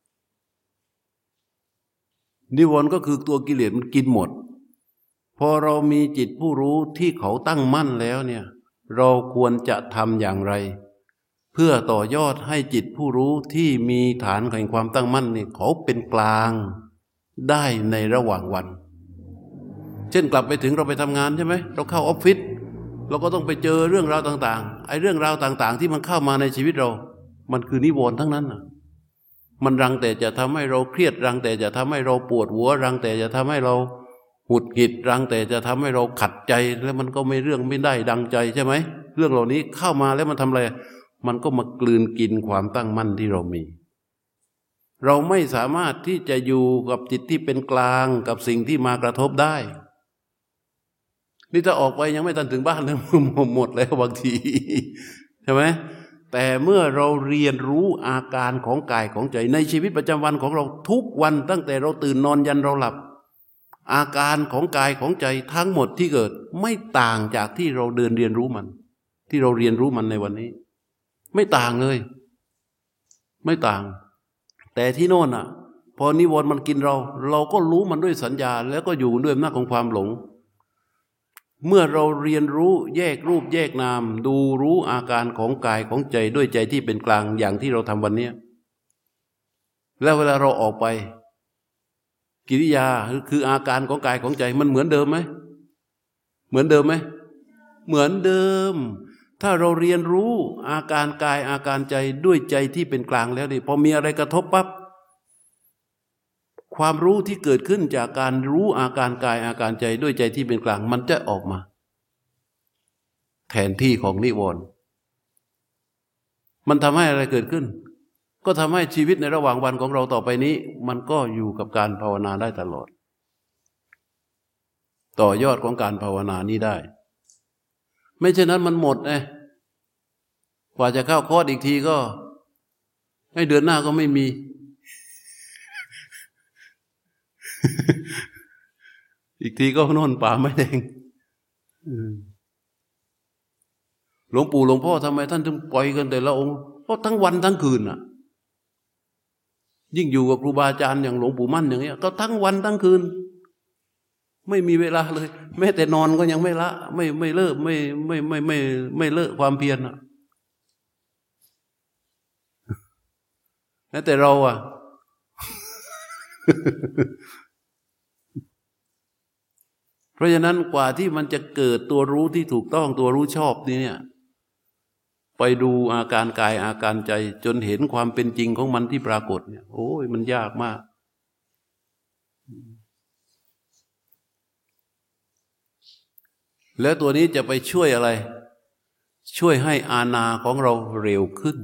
นิวรณ์ก็คือตัวกิเลสมันกินหมดพอเรามีจิตผู้รู้ที่เขาตั้งมั่นแล้วเนี่ยเราควรจะทำอย่างไรเพื่อต่อยอดให้จิตผู้รู้ที่มีฐานแห่งความตั้งมั่นนี่เขาเป็นกลางได้ในระหว่างวันเช่นกลับไปถึงเราไปทำงานใช่ไหมเราเข้าออฟฟิศเราก็ต้องไปเจอเรื่องราวต่างๆไอ้เรื่องราวต่างๆที่มันเข้ามาในชีวิตเรามันคือนิวรณ์ทั้งนั้นน่ะมันรังแต่จะทำให้เราเครียดรังแต่จะทำให้เราปวดหัวรังแต่จะทำให้เราหงุดหงิดรังแต่จะทำให้เราขัดใจแล้วมันก็ไม่เรื่องไม่ได้ดังใจใช่ไหมเรื่องเหล่านี้เข้ามาแล้วมันทำอะไรมันก็มากลืนกินความตั้งมั่นที่เรามีเราไม่สามารถที่จะอยู่กับจิตที่เป็นกลางกับสิ่งที่มากระทบได้นี่ถ้าออกไปยังไม่ทันถึงบ้านเลยหมดแล้วบางทีใช่ไหมแต่เมื่อเราเรียนรู้อาการของกายของใจในชีวิตประจำวันของเราทุกวันตั้งแต่เราตื่นนอนยันเราหลับอาการของกายของใจทั้งหมดที่เกิดไม่ต่างจากที่เราเดินเรียนรู้มันที่เราเรียนรู้มันในวันนี้ไม่ต่างเลยไม่ต่างแต่ที่โน่นอ่ะพอนิวรณ์มันกินเราเราก็รู้มันด้วยสัญญาแล้วก็อยู่ด้วยอำนาจของความหลงเมื่อเราเรียนรู้แยกรูปแยกนามดูรู้อาการของกายของใจด้วยใจที่เป็นกลางอย่างที่เราทำวันนี้แล้วเวลาเราออกไปกิริยาคืออาการของกายของใจมันเหมือนเดิมไหมเหมือนเดิมไหมเหมือนเดิมถ้าเราเรียนรู้อาการกายอาการใจด้วยใจที่เป็นกลางแล้วดิพอมีอะไรกระทบปั๊บความรู้ที่เกิดขึ้นจากการรู้อาการกายอาการใจด้วยใจที่เป็นกลางมันจะออกมาแทนที่ของนิวรณ์มันทำให้อะไรเกิดขึ้นก็ทำให้ชีวิตในระหว่างวันของเราต่อไปนี้มันก็อยู่กับการภาวนาได้ตลอดต่อยอดของการภาวนานี้ได้ไม่เช่นนั้นมันหมดไงกว่าจะเข้าคอร์สอีกทีก็ให้เดือนหน้าก็ไม่มี อีกทีก็โน่นป่าไม้แดงหลวงปู่หลวงพ่อทำไมท่านถึงปล่อยกันแต่ละองค์เพราะทั้งวันทั้งคืนน่ะยิ่งอยู่กับครูบาอาจารย์อย่างหลวงปู่มั่นอย่างเงี้ยก็ทั้งวันทั้งคืนไม่มีเวลาเลยแม้แต่นอนก็ยังไม่ละไม่ไม่เลิกไม่ไม่ไม่ไม่ไม่เลิกความเพียรอ่ะแม้แต่เราอ่ะ เพราะฉะนั้นกว่าที่มันจะเกิดตัวรู้ที่ถูกต้องตัวรู้ชอบนี่เนี่ยไปดูอาการกายอาการใจจนเห็นความเป็นจริงของมันที่ปรากฏเนี่ยโอ้ยมันยากมากแล้วตัวนี้จะไปช่วยอะไรช่วยให้อาณาของเราเร็วขึ้น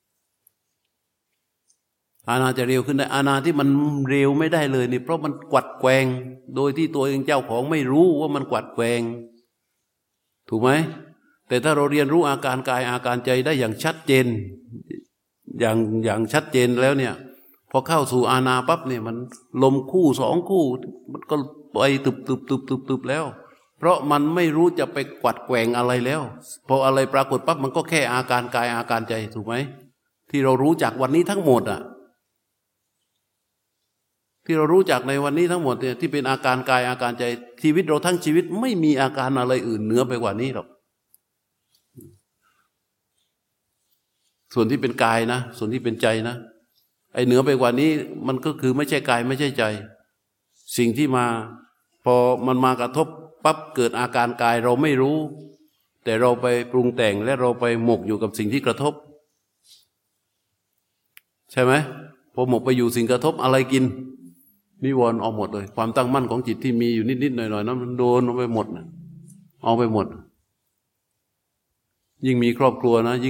อาณาจะเร็วขึ้นได้อาณาที่มันเร็วไม่ได้เลยนี่เพราะมันกวัดแกว่งโดยที่ตัวเองเจ้าของไม่รู้ว่ามันกวัดแกว่งถูกไหมแต่ถ้าเราเรียนรู้อาการกายอาการใจได้อย่างชัดเจนอย่างอย่างชัดเจนแล้วเนี่ยพอเข้าสู่อาณาปั๊บเนี่ยมันลมคู่สองคู่มันก็ไปตึบตึบตึบตึบตึบแล้วเพราะมันไม่รู้จะไปกวัดแกว่งอะไรแล้วพออะไรปรากฏปั๊บมันก็แค่อาการกายอาการใจถูกไหมที่เรารู้จักวันนี้ทั้งหมดอ่ะที่เรารู้จักในวันนี้ทั้งหมดเนี่ยที่เป็นอาการกายอาการใจชีวิตเราทั้งชีวิตไม่มีอาการอะไรอื่นเหนือไปกว่านี้หรอกส่วนที่เป็นกายนะส่วนที่เป็นใจนะไอ้เหนือไปกว่านี้มันก็คือไม่ใช่กายไม่ใช่ใจสิ่งที่มาพอมันมากระทบปั๊บเกิดอาการกายเราไม่รู้แต่เราไปปรุงแต่งและเราไปหมกอยู่กับสิ่งที่กระทบใช่ไหมพอหมกไปอยู่สิ่งกระทบอะไรกินนิวรณ์เอาหมดเลยความตั้งมั่นของจิตที่มีอยู่นิดๆหน่อยๆนั้นมันโดนเอาไปหมดเอาไปหมดยิ่งมีครอบครัวนะยิ่ง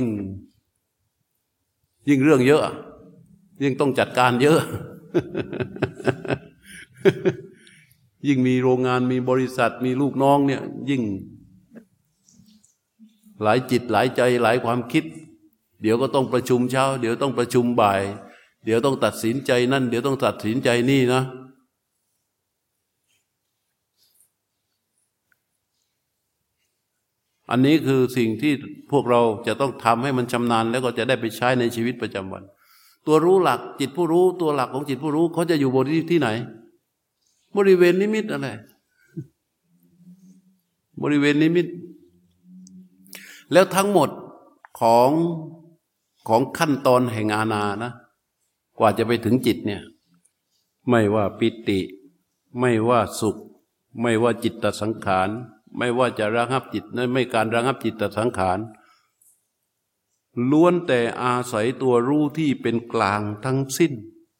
ยิ่งเรื่องเยอะยิ่งต้องจัดการเยอะ ยิ่งมีโรงงานมีบริษัทมีลูกน้องเนี่ยยิ่งหลายจิตหลายใจหลายความคิดเดี๋ยวก็ต้องประชุมเช้าเดี๋ยวต้องประชุมบ่ายเดี๋ยวต้องตัดสินใจนั่นเดี๋ยวต้องตัดสินใจนี่นะอันนี้คือสิ่งที่พวกเราจะต้องทำให้มันชำนาญแล้วก็จะได้ไปใช้ในชีวิตประจำวันตัวรู้หลักจิตผู้รู้ตัวหลักของจิตผู้รู้เขาจะอยู่บนที่ที่ไหนบริเวณนิมิตอะไรบริเวณนิมิตแล้วทั้งหมดของของขั้นตอนแห่งอานานะกว่าจะไปถึงจิตเนี่ยไม่ว่าปิติไม่ว่าสุขไม่ว่าจิตตสังขารไม่ว่าจะระงับจิตนั้นไม่การระงับจิตตสังขารล้วนแต่อาศัยตัวรู้ที่เป็นกลางทั้งสิ้น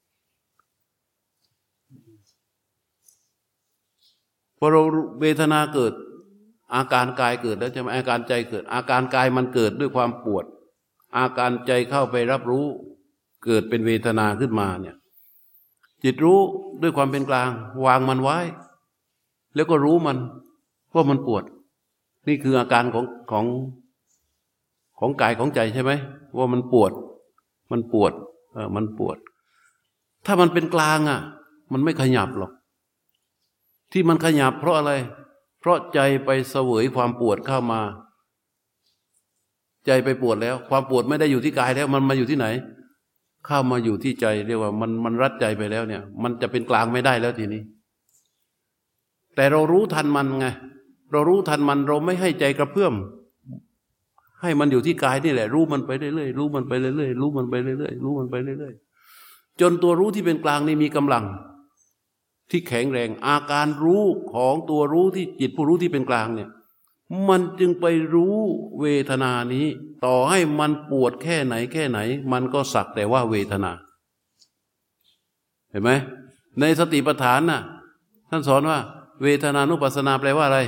พอเราเวทนาเกิดอาการกายเกิดแล้วใช่ไหมอาการใจเกิดอาการกายมันเกิดด้วยความปวดอาการใจเข้าไปรับรู้เกิดเป็นเวทนาขึ้นมาเนี่ยจิตรู้ด้วยความเป็นกลางวางมันไว้แล้วก็รู้มันว่ามันปวดนี่คืออาการของของของกายของใจใช่ไหมว่ามันปวดมันปวดเออมันปวดถ้ามันเป็นกลางอ่ะมันไม่ขยับหรอกที่มันขยับเพราะอะไรเพราะใจไปเสวยความปวดเข้ามาใจไปปวดแล้วความปวดไม่ได้อยู่ที่กายแล้วมันมาอยู่ที่ไหนเข้ามาอยู่ที่ใจเรียกว่ามันมันรัดใจไปแล้วเนี่ยมันจะเป็นกลางไม่ได้แล้วทีนี้แต่เรารู้ทันมันไงเรารู้ทันมันเราไม่ให้ใจกระเพื่อมให้มันอยู่ที่กายนี่แหละรู้มันไปเรื่อยๆรู้มันไปเรื่อยๆรู้มันไปเรื่อยๆรู้มันไปเรื่อยๆจนตัวรู้ที่เป็นกลางนี่มีกำลังที่แข็งแรงอาการรู้ของตัวรู้ที่จิตผู้รู้ที่เป็นกลางเนี่ยมันจึงไปรู้เวทนานี้ต่อให้มันปวดแค่ไหนแค่ไหนมันก็สักแต่ว่าเวทนาเห็นไหมในสติปัฏฐานน่ะท่านสอนว่าเวทนานุปัสสนาแปลว่าอะไร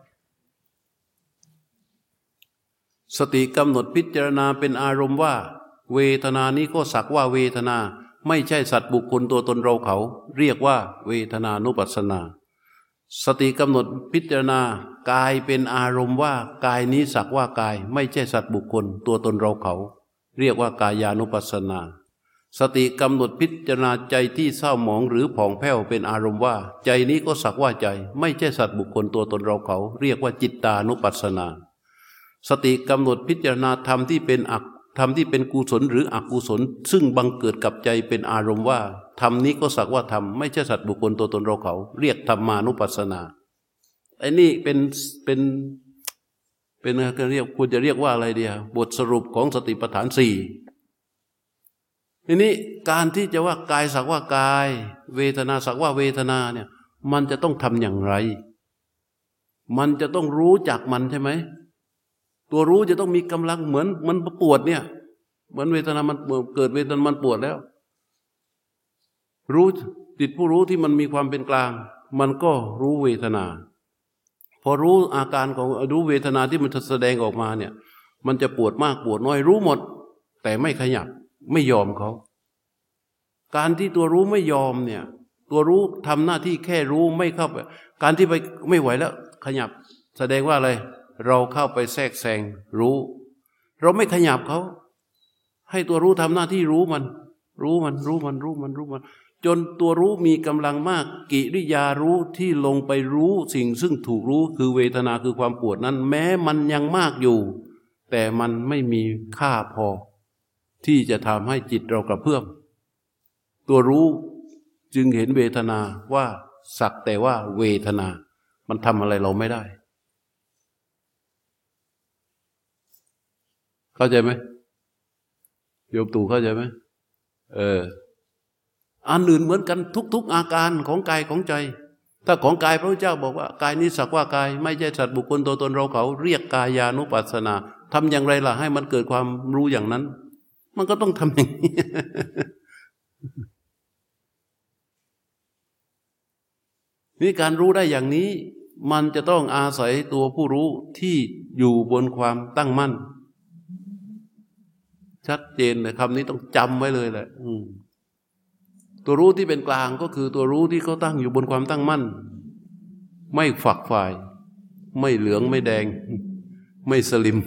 สติกำหนดพิจารณาเป็นอารมณ์ว่าเวทนานี้ก็สักว่าเวทนาไม่ใช่สัตว์บุคคลตัวตนเราเขาเรียกว่าเวทนานุปัสสนาสติกำหนดพิจารณากายเป็นอารมณ์ว่ากายนี้สักว่ากายไม่ใช่สัตว์บุคคลตัวตนเราเขาเรียกว่ากายานุปัสสนาสติกำหนดพิจารณาใจที่เศร้าหมองหรือผ่องแผ้วเป็นอารมณ์ว่าใจนี้ก็สักว่าใจไม่ใช่สัตว์บุคคลตัวตนเราเขาเรียกว่าจิตตานุปัสสนาสติกำหนดพิจารณาธรรมที่เป็นอักธรรมที่เป็นกุศลหรืออกุศลซึ่งบังเกิดกับใจเป็นอารมณ์ว่าธรรมนี้ก็สักว่าธรรมไม่ใช่สัตว์บุคคลตัวตนเราเขาเรียกธรรมานุปัสสนาไอ้นี่เป็นเป็นเป็นเรียกควรจะเรียกว่าอะไรเดียวบทสรุปของสติปัฏฐานสี่ทีนี้การที่จะว่ากายสักว่ากายเวทนาสักว่าเวทนาเนี่ยมันจะต้องทำอย่างไรมันจะต้องรู้จักมันใช่ไหมตัวรู้จะต้องมีกำลังเหมือนมันปวดเนี่ยเหมือนเวทนามันเกิดเวทนามันปวดแล้วรู้จิตผู้รู้ที่มันมีความเป็นกลางมันก็รู้เวทนาพอรู้อาการของรู้เวทนาที่มันแสดงออกมาเนี่ยมันจะปวดมากปวดน้อยรู้หมดแต่ไม่ขยับไม่ยอมเขาการที่ตัวรู้ไม่ยอมเนี่ยตัวรู้ทำหน้าที่แค่รู้ไม่เข้าไปการที่ไปไม่ไหวแล้วขยับแสดงว่าอะไรเราเข้าไปแทรกแซงรู้เราไม่ขยับเขาให้ตัวรู้ทำหน้าที่รู้มันรู้มันรู้มันรู้มันรู้มันจนตัวรู้มีกำลังมากกิริยารู้ที่ลงไปรู้สิ่งซึ่งถูกรู้คือเวทนาคือความปวดนั้นแม้มันยังมากอยู่แต่มันไม่มีค่าพอที่จะทำให้จิตเรากระเพื่อมตัวรู้จึงเห็นเวทนาว่าสักแต่ว่าเวทนามันทำอะไรเราไม่ได้เข้าใจไหมโยมตู่เข้าใจไหมเอออันอื่นเหมือนกันทุกๆอาการของกายของใจถ้าของกายพระพุทธเจ้าบอกว่ากายนี้สักว่ากายไม่ใช่สัตว์บุคคลตัวตนเราเขาเรียกกายานุปัสสนาทำอย่างไรล่ะให้มันเกิดความรู้อย่างนั้นมันก็ต้องทำอย่างนี้นี่การรู้ได้อย่างนี้มันจะต้องอาศัยตัวผู้รู้ที่อยู่บนความตั้งมั่นชัดเจนเลยคำนี้ต้องจำไว้เลยแหละตัวรู้ที่เป็นกลางก็คือตัวรู้ที่เขาตั้งอยู่บนความตั้งมั่นไม่ฝักฝ่ายไม่เหลืองไม่แดงไม่สลิม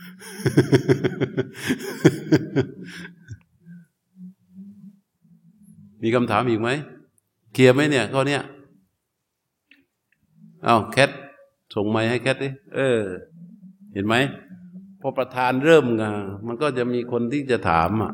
มีคำถามอีกไหมเคลียร์ไหมเนี่ยข้อเนี้ยเอาแคทส่งไมค์ให้แคทดิเออเห็นไหมพอประธานเริ่มงามันก็จะมีคนที่จะถามอ่ะ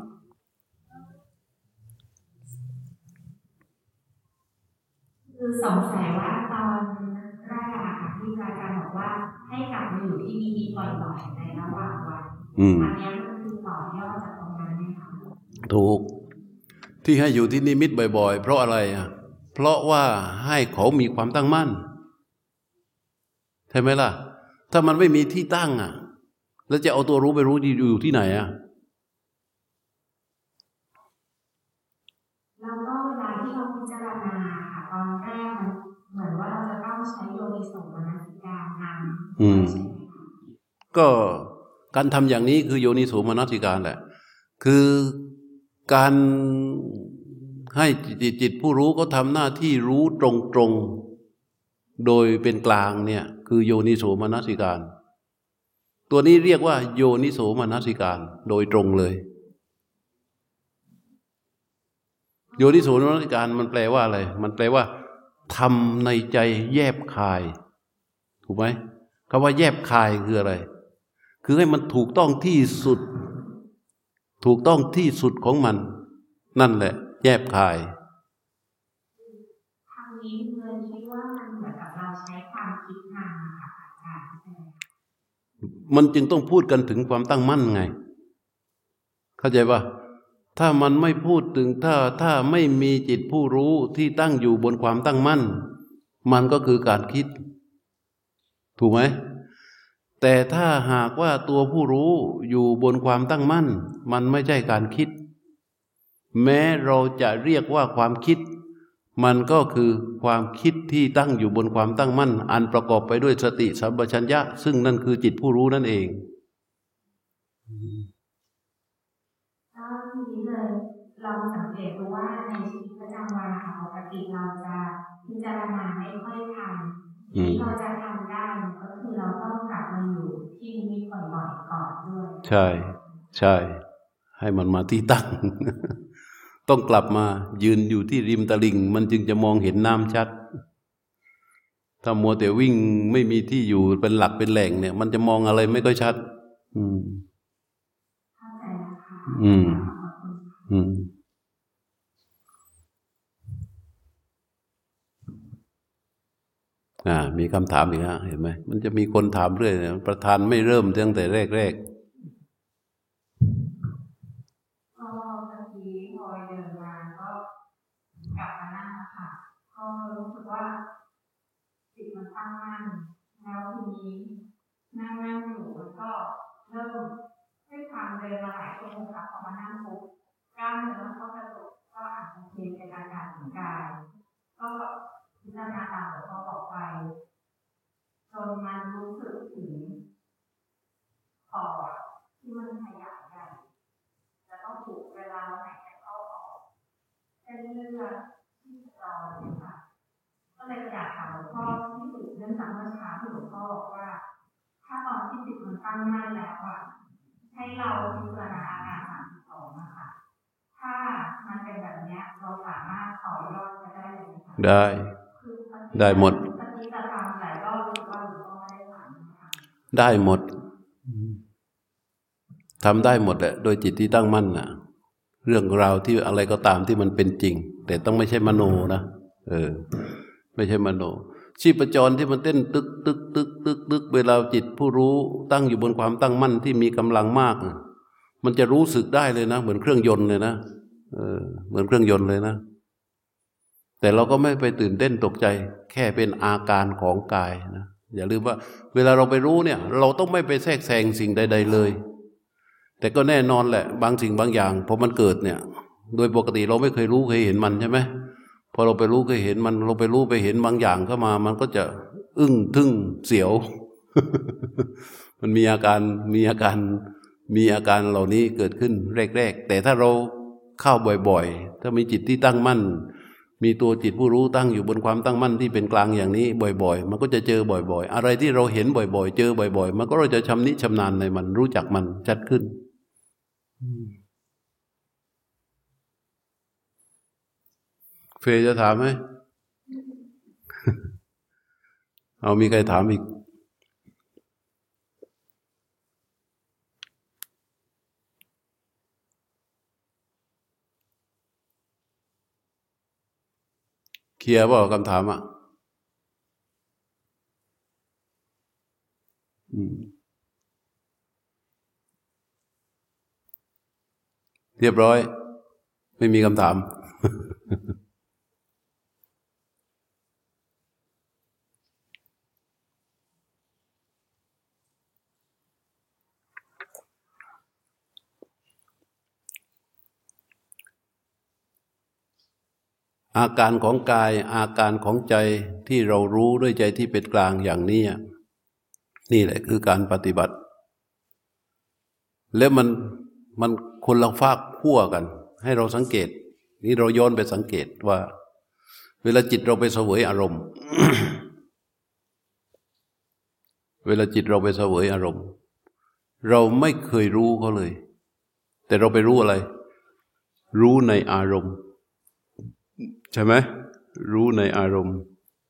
คือสงสัยว่าตอนแรกอะค่ะที่อาจารย์บอกว่าให้กลับมาอยู่ที่นิมิตบ่อยๆในระหว่างวันอันนี้มันคือต่อยอดจากตรงนั้นไหมคะถูกที่ให้อยู่ที่นิมิตบ่อยๆเพราะอะไรอ่ะเพราะว่าให้เขามีความตั้งมั่นใช่ไหมล่ะถ้ามันไม่มีที่ตั้งอ่ะแล้วจะเอาตัวรู้ไปรู้อยู่ที่ไหนอ่ะแล้วก็เวลาที่เราพิจารณาค่ะตอนแรกมันเหมือนว่าเราจะต้องใช้โยนิโสมนสิการนำอืมก็การทำอย่างนี้คือโยนิโสมนสิการแหละคือการให้จิตจิตผู้รู้ก็ทำหน้าที่รู้ตรงๆโดยเป็นกลางเนี่ยคือโยนิโสมนสิการตัวนี้เรียกว่าโยนิโสมนสิการโดยตรงเลยโยนิโสมนสิการมันแปลว่าอะไรมันแปลว่าทำในใจแยบคายถูกไหมคำว่าแยบคายคืออะไรคือให้มันถูกต้องที่สุดถูกต้องที่สุดของมันนั่นแหละแยบคายทางนี้เพื่อนคิดว่ามันเหมือนกับเราใช้ความคิดนำค่ะอาจารย์มันจึงต้องพูดกันถึงความตั้งมั่นไงเข้าใจป่ะถ้ามันไม่พูดถึงถ้าถ้าไม่มีจิตผู้รู้ที่ตั้งอยู่บนความตั้งมั่นมันก็คือการคิดถูกไหมแต่ถ้าหากว่าตัวผู้รู้อยู่บนความตั้งมั่นมันไม่ใช่การคิดแม้เราจะเรียกว่าความคิดมันก็คือความคิดที่ตั้งอยู่บนความตั้งมั่นอันประกอบไปด้วยสติสัมปชัญญะซึ่งนั่นคือจิตผู้รู้นั่นเองแล้วทีนี้เลยเราสังเกตดูว่าในชีวิตประจำวันค่ะปกติเราจะพิจารณาไม่ค่อยทันที่เราจะทำได้ก็คือเราต้องกลับมาอยู่ที่นิมิตบ่อยๆก่อนด้วยใช่ใช่ให้มันมาที่ตั้ง ต้องกลับมายืนอยู่ที่ริมตลิ่งมันจึงจะมองเห็นน้ำชัดถ้ามัวแต่วิ่งไม่มีที่อยู่เป็นหลักเป็นแหล่งเนี่ยมันจะมองอะไรไม่ค่อยชัดอืมเข้าใจแล้วค่ะอืมอืมอ่ามีคำถามอีกฮะเห็นไหมมันจะมีคนถามเรื่อยเนี่ยประธานไม่เริ่มตั้งแต่แรกๆกลับมานั่งค่ะก็รู้สึกว่าจิตมันตั้งมั่นแล้วทีนี้นั่งนั่งอยู่มันก็เริ่มด้วยความเดินมาหลายชั่วโมงค่ะพอมานั่งปุ๊บกล้ามเนื้อมันก็กระตุกก็อาจจะเป็นเป็นอาการของกายก็พิจารณาตามหลวงพ่อบอกไปจนมันรู้สึกถึงปอดที่มันขยายใหญ่แล้วก็ถูกเวลาเราหายใจเข้าออกเป็นเรื่องที่รอเลยค่ะก็เลยอยากถามหลวงพ่อที่สุดเรื่องจากเมื่อเช้าที่หลวงพ่อบอกว่าถ้าตอนที่จิตมันตั้งมั่นแล้วอ่ะให้เราพิจารณาอาการสามสิบสองนะคะถ้ามันเป็นแบบนี้เราสามารถต่อยอดจะได้เลยค่ะได้ได้หมดปฏิบัติธรรมหลายรอบรู้ว่าหลวงพ่อไม่ได้ถามนะคะได้หมดทำได้หมดแหละโดยจิตที่ตั้งมั่นน่ะเรื่องราวที่อะไรก็ตามที่มันเป็นจริงแต่ต้องไม่ใช่มโนนะเออไม่ใช่มโนชีพจรที่มันเต้นตึกตึกตึกตึกตึกเวลาจิตผู้รู้ตั้งอยู่บนความตั้งมั่นที่มีกำลังมากมันจะรู้สึกได้เลยนะเหมือนเครื่องยนต์เลยนะเออเหมือนเครื่องยนต์เลยนะแต่เราก็ไม่ไปตื่นเต้นตกใจแค่เป็นอาการของกายนะอย่าลืมว่าเวลาเราไปรู้เนี่ยเราต้องไม่ไปแทรกแซงสิ่งใดๆเลยแต่ก็แน่นอนแหละบางสิ่งบางอย่างพอมันเกิดเนี่ยโดยปกติเราไม่เคยรู้เคยเห็นมันใช่ไหมพพอเราไปรู้ไปเห็นมันเราไปรู้ไปเห็นบางอย่างเข้ามามันก็จะอึ้งทึ่งเสียว มันมีอาการมีอาการมีอาการเหล่านี้เกิดขึ้นแรกๆแต่ถ้าเราเข้าบ่อยๆถ้ามีจิตที่ตั้งมั่นมีตัวจิตผู้รู้ตั้งอยู่บนความตั้งมั่นที่เป็นกลางอย่างนี้บ่อยๆมันก็จะเจอบ่อยๆอะไรที่เราเห็นบ่อยๆเจอบ่อยๆมันก็เราจะชำนิชำนาญในมันรู้จักมันชัดขึ้นเฟยจะถามไหม เอามีใครถามอีกเคลียร์เปล่าคำถามอ่ะเรียบร้อยไม่มีคำถาม อาการของกายอาการของใจที่เรารู้ด้วยใจที่เป็นกลางอย่างนี้นี่แหละคือการปฏิบัติแล้วมันมันคนละฝากขั้วกันให้เราสังเกตนี่เราย้อนไปสังเกตว่าเวลาจิตเราไปเสวยอารมณ์ เวลาจิตเราไปเสวยอารมณ์เราไม่เคยรู้เขาเลยแต่เราไปรู้อะไรรู้ในอารมณ์ใช่ไหมรู้ในอารมณ์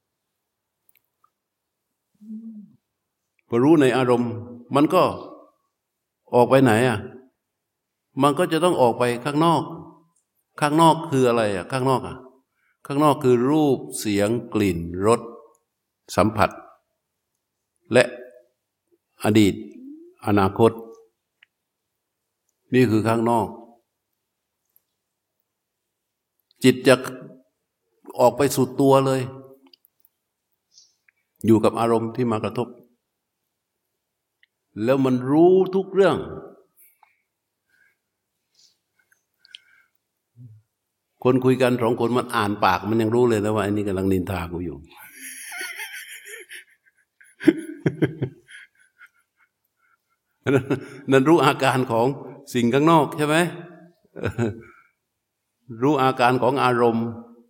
พอรู้ในอารมณ์มันก็ออกไปไหนอ่ะมันก็จะต้องออกไปข้างนอกข้างนอกคืออะไรอ่ะข้างนอกอ่ะข้างนอกคือรูปเสียงกลิ่นรสสัมผัสและอดีตอนาคตนี่คือข้างนอกจิตจะออกไปสุดตัวเลยอยู่กับอารมณ์ที่มากระทบแล้วมันรู้ทุกเรื่องคนคุยกันสองคนมันอ่านปากมันยังรู้เลยนะว่าอันนี้กำลังนินทากูอยู่ นั่นรู้อาการของสิ่งข้างนอกใช่ไหม รู้อาการของอารมณ์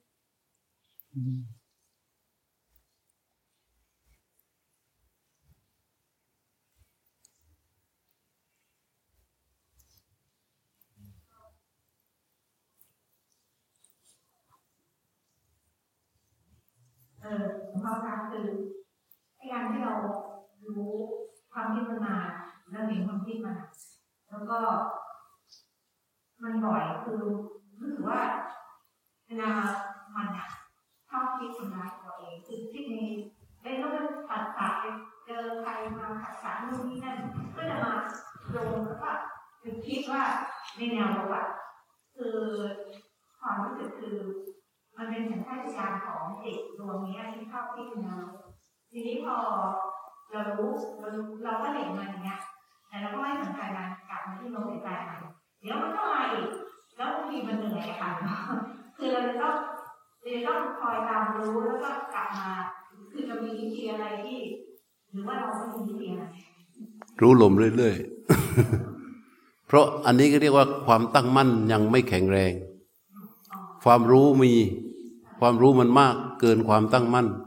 เออหลวงพ่อคะคือไอ้การที่เรารู้ความคิดมันมาแล้วเห็นความคิดมันแล้วก็มันบ่อยคือรู้สึกว่าเวลามันอะชอบคิดทำร้ายตัวเองคือคิดในเอ้ยแล้วมันตัดตัดไปเจอใครมาขัดสารนู่นนี่นั่นก็จะมาโยงแล้วก็คือคิดว่าในแนวเราอะคือความรู้สึกคือมันเป็นสัญชาตญาณของเด็กดวงนี้ที่ชอบคิดแนวทีนี้พอเรารู้เราเราก็เห็นมันอย่างเงี้ยแต่เราก็ไม่สนใจมันกลับมาที่ลมหายใจมันเดี๋ยวมันก็มาอีกแล้วบางทีมันเหนื่อยอะค่ะคือเราจะต้องเราจะต้องคอยตามรู้แล้วก็กลับมาคือจะมีวิธีอะไรที่หรือว่าเราไม่มีวิธีอะไรรู้ลมเรื่อยๆ เพราะอันนี้ก็เรียกว่าความตั้งมั่นยังไม่แข็งแรงความรู้มีความรู้มันมากเกินความตั้งมั่น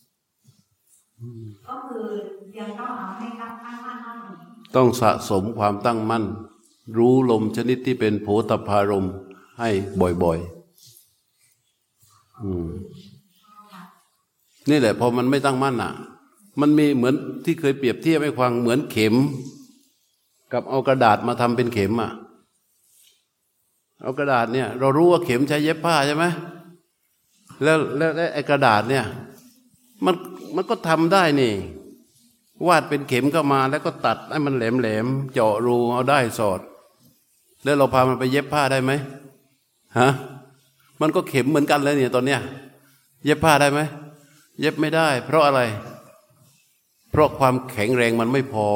ก็คือยังต้องเอาให้ตั้งมั่นต้องสะสมความตั้งมั่นรู้ลมชนิดที่เป็นโผฏฐัพพารมณ์ให้บ่อยๆอืมนี่แหละพอมันไม่ตั้งมั่นอ่ะมันมีเหมือนที่เคยเปรียบเทียบให้ฟังเหมือนเข็มกับเอากระดาษมาทำเป็นเข็มอ่ะเอากระดาษเนี่ยเรารู้ว่าเข็มใช้เย็บผ้าใช่ไหมแล้วแล้วไอ้กระดาษเนี่ยมันมันก็ทำได้นี่วาดเป็นเข็มเข้ามาแล้วก็ตัดให้มันแหลมแหลมเจาะรูเอาได้สอดแล้วเราพามันไปเย็บผ้าได้ไหมฮะมันก็เข็มเหมือนกันเลยเนี่ยตอนเนี้ยเย็บผ้าได้ไหมเย็บไม่ได้เพราะอะไรเพราะความแข็งแรงมันไม่พอ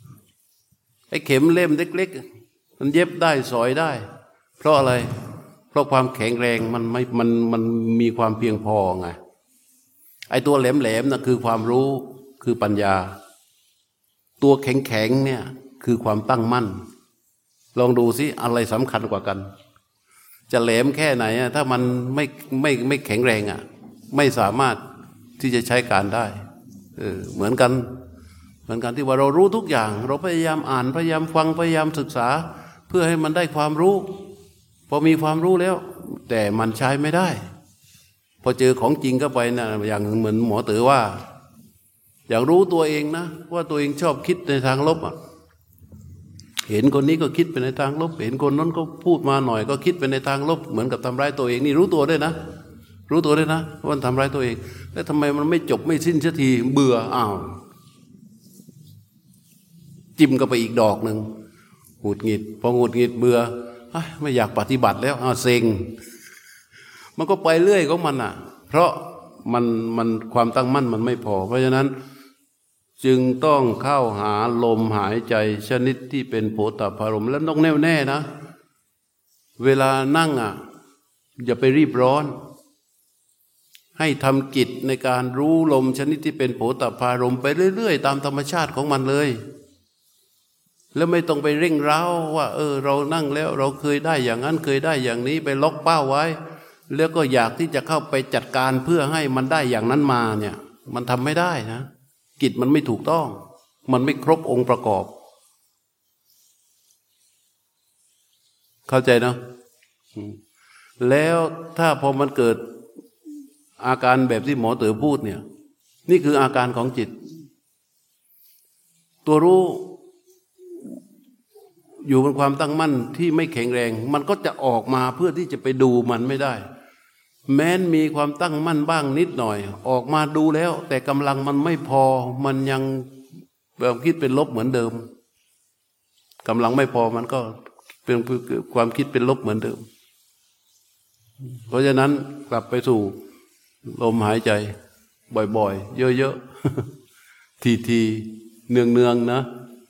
ไอ้เข็มเล่มเล็กๆมันเย็บได้สอยได้เพราะอะไรเพราะความแข็งแรงมันไม่มันมันมีความเพียงพอไงไอ้ตัวแหลมๆน่ะคือความรู้คือปัญญาตัวแข็งๆเนี่ยคือความตั้งมั่นลองดูสิอะไรสำคัญกว่ากันจะแหลมแค่ไหนถ้ามันไม่ไม่ไม่แข็งแรงอ่ะไม่สามารถที่จะใช้การได้เออเหมือนกันเหมือนกันที่ว่าเรารู้ทุกอย่างเราพยายามอ่านพยายามฟังพยายามศึกษาเพื่อให้มันได้ความรู้พอมีความรู้แล้วแต่มันใช้ไม่ได้พอเจอของจริงเข้าไปนะอย่างเหมือนหมอเต๋อว่าอย่างรู้ตัวเองนะว่าตัวเองชอบคิดในทางลบอ่ะเห็นคนนี้ก็คิดไปในทางลบเห็นคนนั้นก็พูดมาหน่อยก็คิดไปในทางลบเหมือนกับทำร้ายตัวเองนี่รู้ตัวด้วยนะรู้ตัวด้วยนะว่ามันทำร้ายตัวเองแล้วทำไมมันไม่จบไม่สิ้นสักทีเบื่ออ้าวจิ้มก็ไปอีกดอกหนึ่งหงุดหงิดพอหงุดหงิดเบื่อไม่อยากปฏิบัติแล้วอ้าวเซ็งมันก็ไปเรื่อยของมันอ่ะเพราะมันมันความตั้งมั่นมันไม่พอเพราะฉะนั้นจึงต้องเข้าหาลมหายใจชนิดที่เป็นโผฏฐัพพารมณ์แล้วต้องแน่วแน่นะเวลานั่งอ่ะอย่าไปรีบร้อนให้ทำกิจในการรู้ลมชนิดที่เป็นโผฏฐัพพารมณ์ไปเรื่อยๆตามธรรมชาติของมันเลยแล้วไม่ต้องไปเร่งเร้าว่าเออเรานั่งแล้วเราเคยได้อย่างนั้นเคยได้อย่างนี้ไปล็อกเป้าไว้แล้วก็อยากที่จะเข้าไปจัดการเพื่อให้มันได้อย่างนั้นมาเนี่ยมันทำไม่ได้นะกิจมันไม่ถูกต้องมันไม่ครบองค์ประกอบเข้าใจเนาะแล้วถ้าพอมันเกิดอาการแบบที่หมอเต๋อพูดเนี่ยนี่คืออาการของจิตตัวรู้อยู่บนความตั้งมั่นที่ไม่แข็งแรงมันก็จะออกมาเพื่อที่จะไปดูมันไม่ได้แม้นมีความตั้งมั่นบ้างนิดหน่อยออกมาดูแล้วแต่กำลังมันไม่พอมันยังแบบคิดเป็นลบเหมือนเดิมกำลังไม่พอมันก็เป็นความคิดเป็นลบเหมือนเดิมเพราะฉะนั้นกลับไปสู่ลมหายใจบ่อยๆเยอะๆทีๆเนืองๆนะ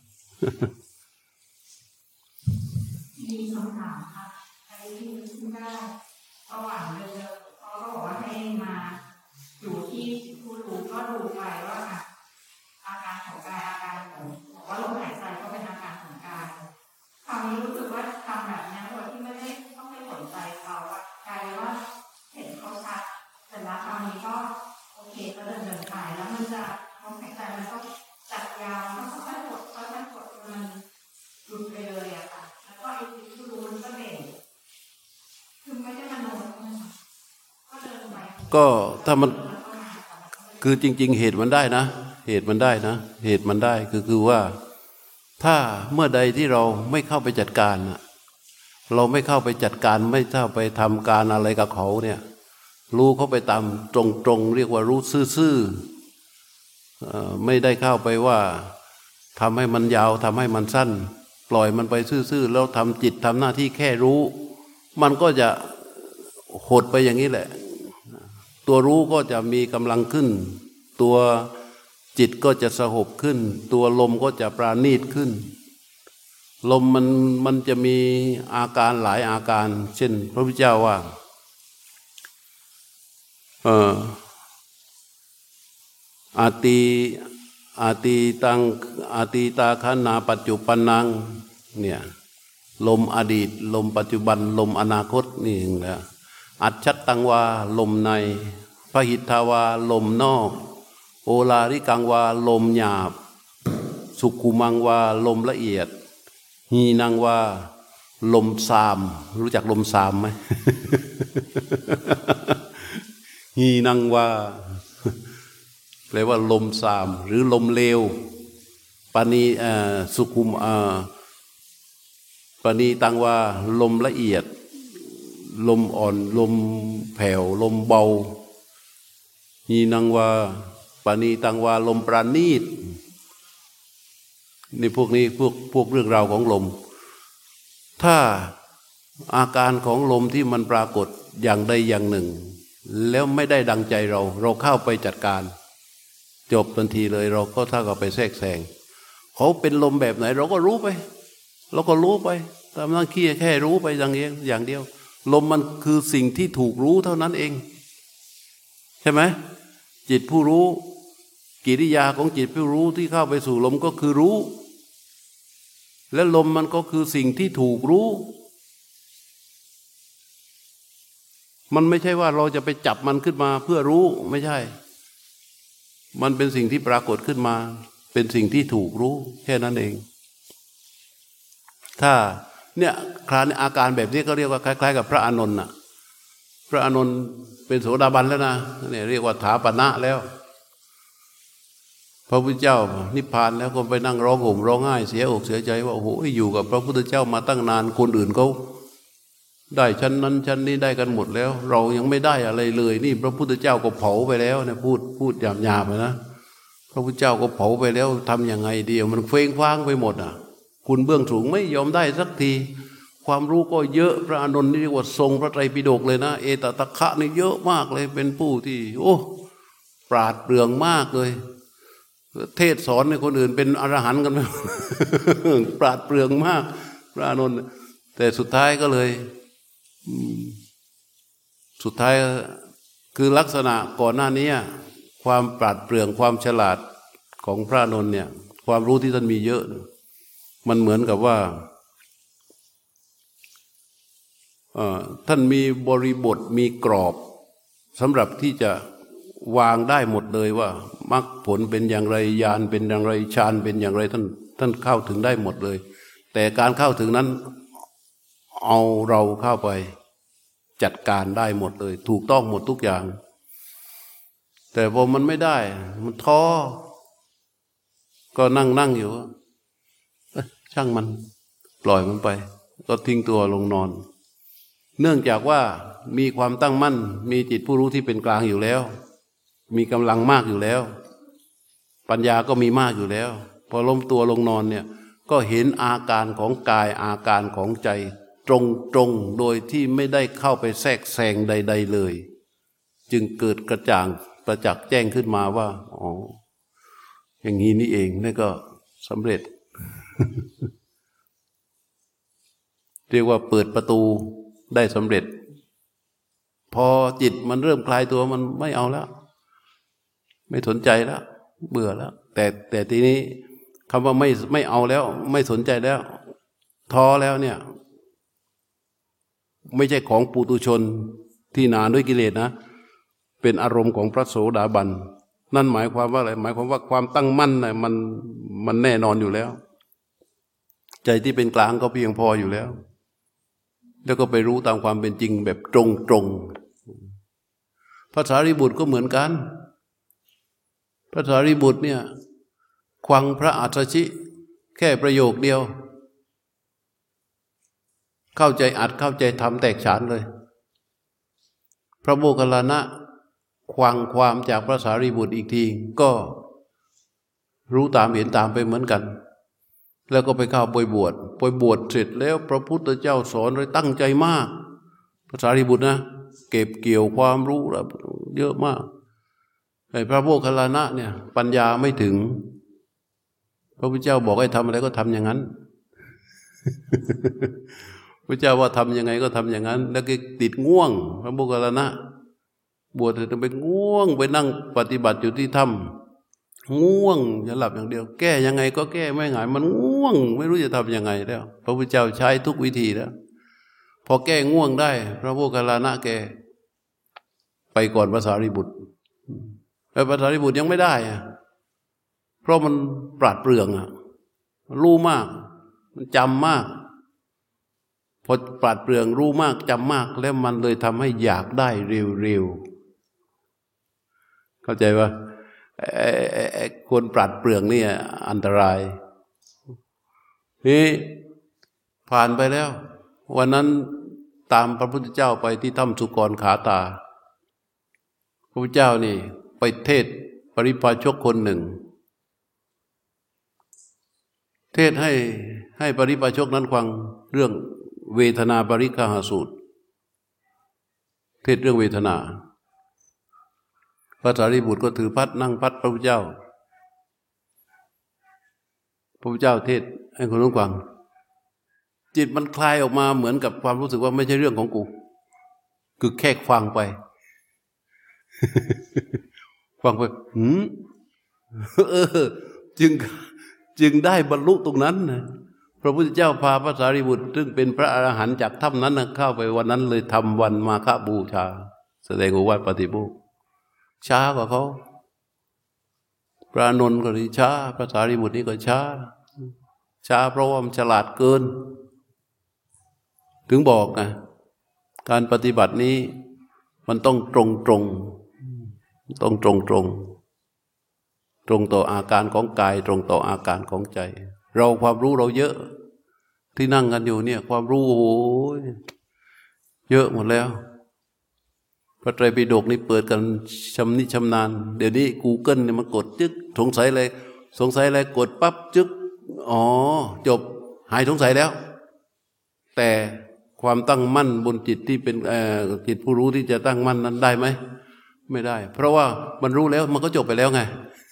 มีคำถามครับอันนี้ที่นึกขึ้นได้ระหว่างเดินเขาก็บอกว่าให้มาอยู่ที่ผู้รู้ก็ดูไปว่าอาการของกายอาการของบอกว่าลมหายใจก็เป็นอาการของกายคราวนี้รู้สึกว่าทำแบบนี้โดยที่ไม่ได้ต้องไปสนใจเขาว่ากายว่าเห็นเขาชัดแต่ละคราวนี้ก็โอเคก็เดินเดินไปแล้วมันจะลมหายใจมันก็จัดยาวมันก็ค่อยๆกดค่อยๆกดมันหลุดไปเลยอะค่ะแล้วก็ไอ้ที่รู้มันก็เด่นคือไม่ได้มโนก็เดินไปก็ถ้ามันคือจริงๆเหตุมันได้นะเหตุมันได้นะเหตุมันได้คือคือว่าถ้าเมื่อใดที่เราไม่เข้าไปจัดการเราไม่เข้าไปจัดการไม่เข้าไปทำการอะไรกับเขาเนี่ยรู้เขาไปตามตรงๆเรียกว่ารู้ซื่อๆไม่ได้เข้าไปว่าทำให้มันยาวทำให้มันสั้นปล่อยมันไปซื่อๆแล้วทำจิตทำหน้าที่แค่รู้มันก็จะหดไปอย่างนี้แหละตัวรู้ก็จะมีกำลังขึ้นตัวจิตก็จะสงบขึ้นตัวลมก็จะปราณีตขึ้นลมมันมันจะมีอาการหลายอาการเช่นพระพุทธเจ้าว่าเอ่ออาติอาติตังอาติตาขันนาปัจจุปันนังเนี่ยลมอดีตลมปัจจุบันลมอนาคตนี่แหละอัจฉัตตังวาลมในพหิทธาวาลมนอกโอลาริกังวาลมหยาบสุขุมังวาลมละเอียดหีนังวาลมซามรู้จักลมซามไหม หีนังวาแปลว่าลมซามหรือลมเลวปานีสุขุมปานีตังวาลมละเอียดลมอ่อนลมแผ่วลมเบาหีนังวาปานีตังวาลมปราณีตนี่พวกนี้พวกพวกเรื่องราวของลมถ้าอาการของลมที่มันปรากฏอย่างใดอย่างหนึ่งแล้วไม่ได้ดังใจเราเราเข้าไปจัดการจบทันทีเลยเราก็เท่ากับไปแทรกแซงเขาเป็นลมแบบไหนเราก็รู้ไปเราก็รู้ไปตามหน้าที่แค่รู้ไปอย่างเดียวอย่างเดียวลมมันคือสิ่งที่ถูกรู้เท่านั้นเองใช่ไหมจิตผู้รู้กิริยาของจิตผู้รู้ที่เข้าไปสู่ลมก็คือรู้และลมมันก็คือสิ่งที่ถูกรู้มันไม่ใช่ว่าเราจะไปจับมันขึ้นมาเพื่อรู้ไม่ใช่มันเป็นสิ่งที่ปรากฏขึ้นมาเป็นสิ่งที่ถูกรู้แค่นั้นเองถ้าเนี่ยคราวนี้อาการแบบนี้ก็เรียกว่าคล้ายๆกับพระอานนท์น่ะพระอานนท์เป็นโสดาบันแล้วนะเนี่ยเรียกว่าถาปนะแล้วพระพุทธเจ้านิพพานแล้วก็ไปนั่งร้องห่มร้องไห้เสียอกเสียใจว่าโอ้โหอยู่กับพระพุทธเจ้ามาตั้งนานคนอื่นเขาได้ชั้นนั้นชั้นนี้ได้กันหมดแล้วเรายังไม่ได้อะไรเลยนี่พระพุทธเจ้าก็เผาไปแล้วเนี่ยพูดพูดหยาบๆนะพระพุทธเจ้าก็เผาไปแล้วทำยังไงเดียวมันเฟ้งฟ้างไปหมดอ่ะคุณเบื้องสูงไม่ยอมได้สักทีความรู้ก็เยอะพระอานนท์นี่เรียกว่าทรงพระไตรปิฎกเลยนะเอตตะคะนี่เยอะมากเลยเป็นผู้ที่โอ้ปราดเปรื่องมากเลยเทศสอนให้คนอื่นเป็นอรหันต์กันไป ปราดเปรื่องมากพระอานนท์แต่สุดท้ายก็เลยสุดท้ายคือลักษณะก่อนหน้านี้ความปราดเปรื่องความฉลาดของพระอานนท์เนี่ยความรู้ที่ท่านมีเยอะมันเหมือนกับว่าท่านมีบริบทมีกรอบสำหรับที่จะวางได้หมดเลยว่ามรรคผลเป็นอย่างไรญาณเป็นอย่างไรฌานเป็นอย่างไรท่านท่านเข้าถึงได้หมดเลยแต่การเข้าถึงนั้นเอาเราเข้าไปจัดการได้หมดเลยถูกต้องหมดทุกอย่างแต่พอมันไม่ได้มันท้อก็นั่งนั่งอยู่ช่างมันปล่อยมันไปก็ทิ้งตัวลงนอนเนื่องจากว่ามีความตั้งมั่นมีจิตผู้รู้ที่เป็นกลางอยู่แล้วมีกำลังมากอยู่แล้วปัญญาก็มีมากอยู่แล้วพอล้มตัวลงนอนเนี่ยก็เห็นอาการของกายอาการของใจตรงๆโดยที่ไม่ได้เข้าไปแทรกแซงใดๆเลยจึงเกิดกระจ่างประจักษ์แจ้งขึ้นมาว่าอ๋ออย่างนี้นี่เองนี่ก็สำเร็จ เรียกว่าเปิดประตูได้สำเร็จพอจิตมันเริ่มคลายตัวมันไม่เอาแล้วไม่สนใจแล้วเบื่อแล้วแต่แต่ทีนี้คำว่าไม่ไม่เอาแล้วไม่สนใจแล้วท้อแล้วเนี่ยไม่ใช่ของปุถุชนที่หนาด้วยกิเลสนะเป็นอารมณ์ของพระโสดาบันนั่นหมายความว่าอะไรหมายความว่าความตั้งมั่นน่ะมันมันแน่นอนอยู่แล้วใจที่เป็นกลางก็เพียงพออยู่แล้วแล้วก็ไปรู้ตามความเป็นจริงแบบตรงๆพระสารีบุตรก็เหมือนกันพระสารีบุตรเนี่ยควังพระอัฏฐชิแค่ประโยคเดียวเข้าใจอัดเข้าใจทำแตกฉานเลยพระโมคคัลลานะควังความจากพระสารีบุตรอีกทีก็รู้ตามเห็นตามไปเหมือนกันแล้วก็ไปเข้าไปบวชไปบวชเสร็จแล้วพระพุทธเจ้าสอนเลยตั้งใจมากพระสารีบุตรนะเก็บเกี่ยวความรู้เยอะมากไอ้พระโมคคัลลานะเนี่ยปัญญาไม่ถึงพระพุทธเจ้าบอกให้ทำอะไรก็ทำอย่างนั้น พระเจ้าว่าทำยังไงก็ทำอย่างนั้นแล้วก็ติดง่วงพระโมคคัลลานะบวชเสร็จไปง่วงไปนั่งปฏิบัติอยู่ที่ถ้ำง่วงจะหลับอย่างเดียวแก้ยังไงก็แก้ไม่หายมันง่วงไม่รู้จะทำยังไงแล้วพระพุทธเจ้าใช้ทุกวิธีแล้วพอแก้ง่วงได้พระโมคคัลลานะแกไปก่อนพระสารีบุตรแต่พระสารีบุตรยังไม่ได้อะเพราะมันปราดเปรื่องอะรู้มากมันจำมากพอปราดเปรื่องรู้มากจำมากแล้วมันเลยทำให้อยากได้เร็วๆเข้าใจปะไอ้คนปราดเปรื่องนี่อันตรายนี่ผ่านไปแล้ววันนั้นตามพระพุทธเจ้าไปที่ถ้ำสุกรขาตาพระพุทธเจ้านี่ไปเทศปริพาชกคนหนึ่งเทศให้ให้ปริพาชกนั้นฟังเรื่องเวทนาปริฆาหสูตรเทศเรื่องเวทนาพระสารีบุตรก็ถือพัดนั่งพัดพระพุทธเจ้าพระพุทธเจ้าเทศให้คนนั้นฟังจิตมันคลายออกมาเหมือนกับความรู้สึกว่าไม่ใช่เรื่องของกูคือแค่ฟังไป ฟังไปหืมเออจึงจึงได้บรรลุตรงนั้นนะพระพุทธเจ้าพาพระสารีบุตรซึ่งเป็นพระอรหันต์จากถ้ำนั้นนะเข้าไปวันนั้นเลยทำวันมาฆบูชาแสดงโอวาทปฏิโมกข์ช้ากว่าเขาพระอานนท์ก็ดีช้าพระสารีบุตรนี่ก็ช้าช้าเพราะว่ามันฉลาดเกินถึงบอกนะการปฏิบัตินี้มันต้องตรงตรงต้องตรงตรงตรงต่ออาการของกายตรงต่ออาการของใจเราความรู้เราเยอะที่นั่งกันอยู่เนี่ยความรู้โอ้ยเยอะหมดแล้วพระไตรปิฎกนี่เปิดกันชำนิชำนาญเดี๋ยวนี้ Google เนี่ยมันกดจึ๊กสงสัยอะไรสงสัยอะไรกดปั๊บจึ๊กอ๋อจบหายสงสัยแล้วแต่ความตั้งมั่นบนจิตที่เป็นจิตผู้รู้ที่จะตั้งมั่นนั้นได้ไหมไม่ได้เพราะว่ามันรู้แล้วมันก็จบไปแล้วไง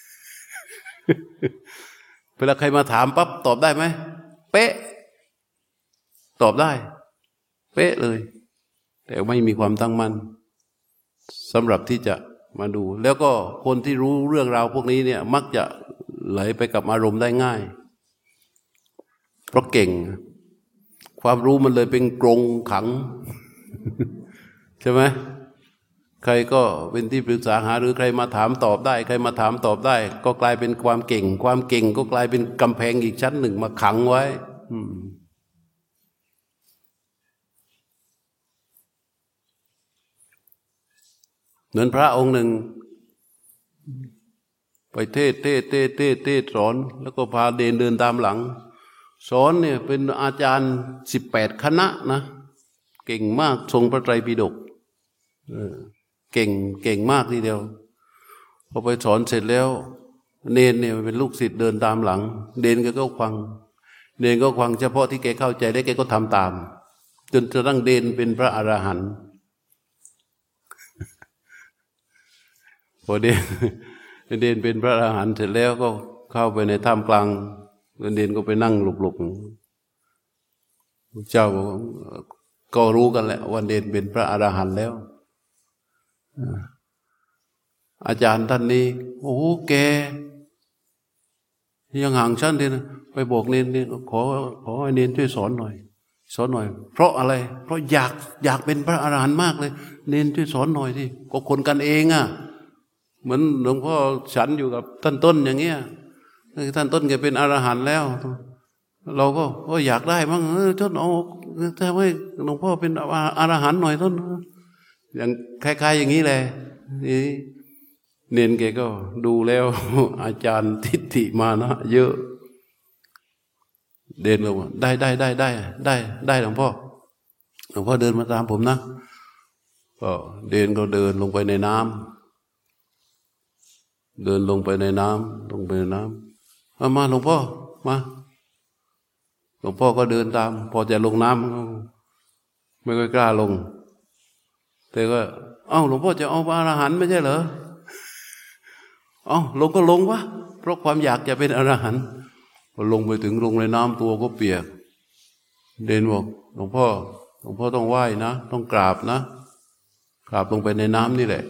เวลาใครมาถามปั๊บตอบได้ไหมเป๊ะตอบได้เป๊ะเลยแต่ไม่มีความตั้งมั่นสำหรับที่จะมาดูแล้วก็คนที่รู้เรื่องราวพวกนี้เนี่ยมักจะไหลไปกับอารมณ์ได้ง่ายเพราะเก่งความรู้มันเลยเป็นกรงขัง ใช่ไหมใครก็เป็นที่ปรึกษาหาหรือใครมาถามตอบได้ใครมาถามตอบได้ก็กลายเป็นความเก่งความเก่งก็กลายเป็นกำแพงอีกชั้นหนึ่งมาขังไว้เหมือนพระองค์หนึ่งไปเทศเทศเทศเทศเทศสอนแล้วก็พาเดินเดินตามหลังสอนเนี่ยเป็นอาจารย์สิบแปดคณะนะเก่งมากทรงพระไตรปิฎกเก่งเก่งมากทีเดียวพอไปสอนเสร็จแล้วเนนเนี่ยเป็นลูกศิษย์เดินตามหลังเนนก็ฟังเนนก็ฟังเฉพาะที่แกเข้าใจแล้วแกก็ทำตามจนกระทั่งเนนเป็นพระอรหันต์พอเดนเดนเป็นพระอรหันต์เสร็จแล้วก็เข้าไปในถ้ำกลางเดนก็ไปนั่งหลบๆเจ้าก็รู้กันแหละว่าเดนเป็นพระอรหันต์แล้วอาจารย์ท่านนี้โอ้แกยังห่างชั้นเดนไปบอกเนนเนนขอขอให้เนนช่วยสอนหน่อยสอนหน่อยเพราะอะไรเพราะอยากอยากเป็นพระอรหันต์มากเลยเนนช่วยสอนหน่อยสิก็คนกันเองอ่ะเหมือนหลวงพ่อฉันอยู่กับท่านต้นอย่างเงี้ยท่านต้นแกเป็นอรหันต์แล้วเราก็ก็อยากได้บ้างเออต้นเอาถ้าให้หลวงพ่อเป็นอรหันต์หน่อยต้นอย่างคล้ายๆอย่างนี้แหละนี่เนนแกก็ดูแล้วอาจารย์ทิฏฐิมานะเยอะเดินลงได้ได้ได้ได้ได้ได้หลวงพ่อหลวงพ่อเดินมาตามผมนะก็เดินก็เดินลงไปในน้ำเดินลงไปในน้ำลงไปในน้ำเอามาหลวงพ่อมาหลวงพ่อก็เดินตามพอจะลงน้ำไม่ค่อยกล้าลงแต่ก็เอ้าหลวงพ่อจะเอาพระอรหันต์ไม่ใช่เหรอเอ้าลงก็ลงวะเพราะความอยากจะเป็นอรหันต์พอลงไปถึงลงในน้ำตัวก็เปียกเดินบอกหลวงพ่อหลวงพ่อต้องไหว้นะต้องกราบนะกราบลงไปในน้ำนี่แหละ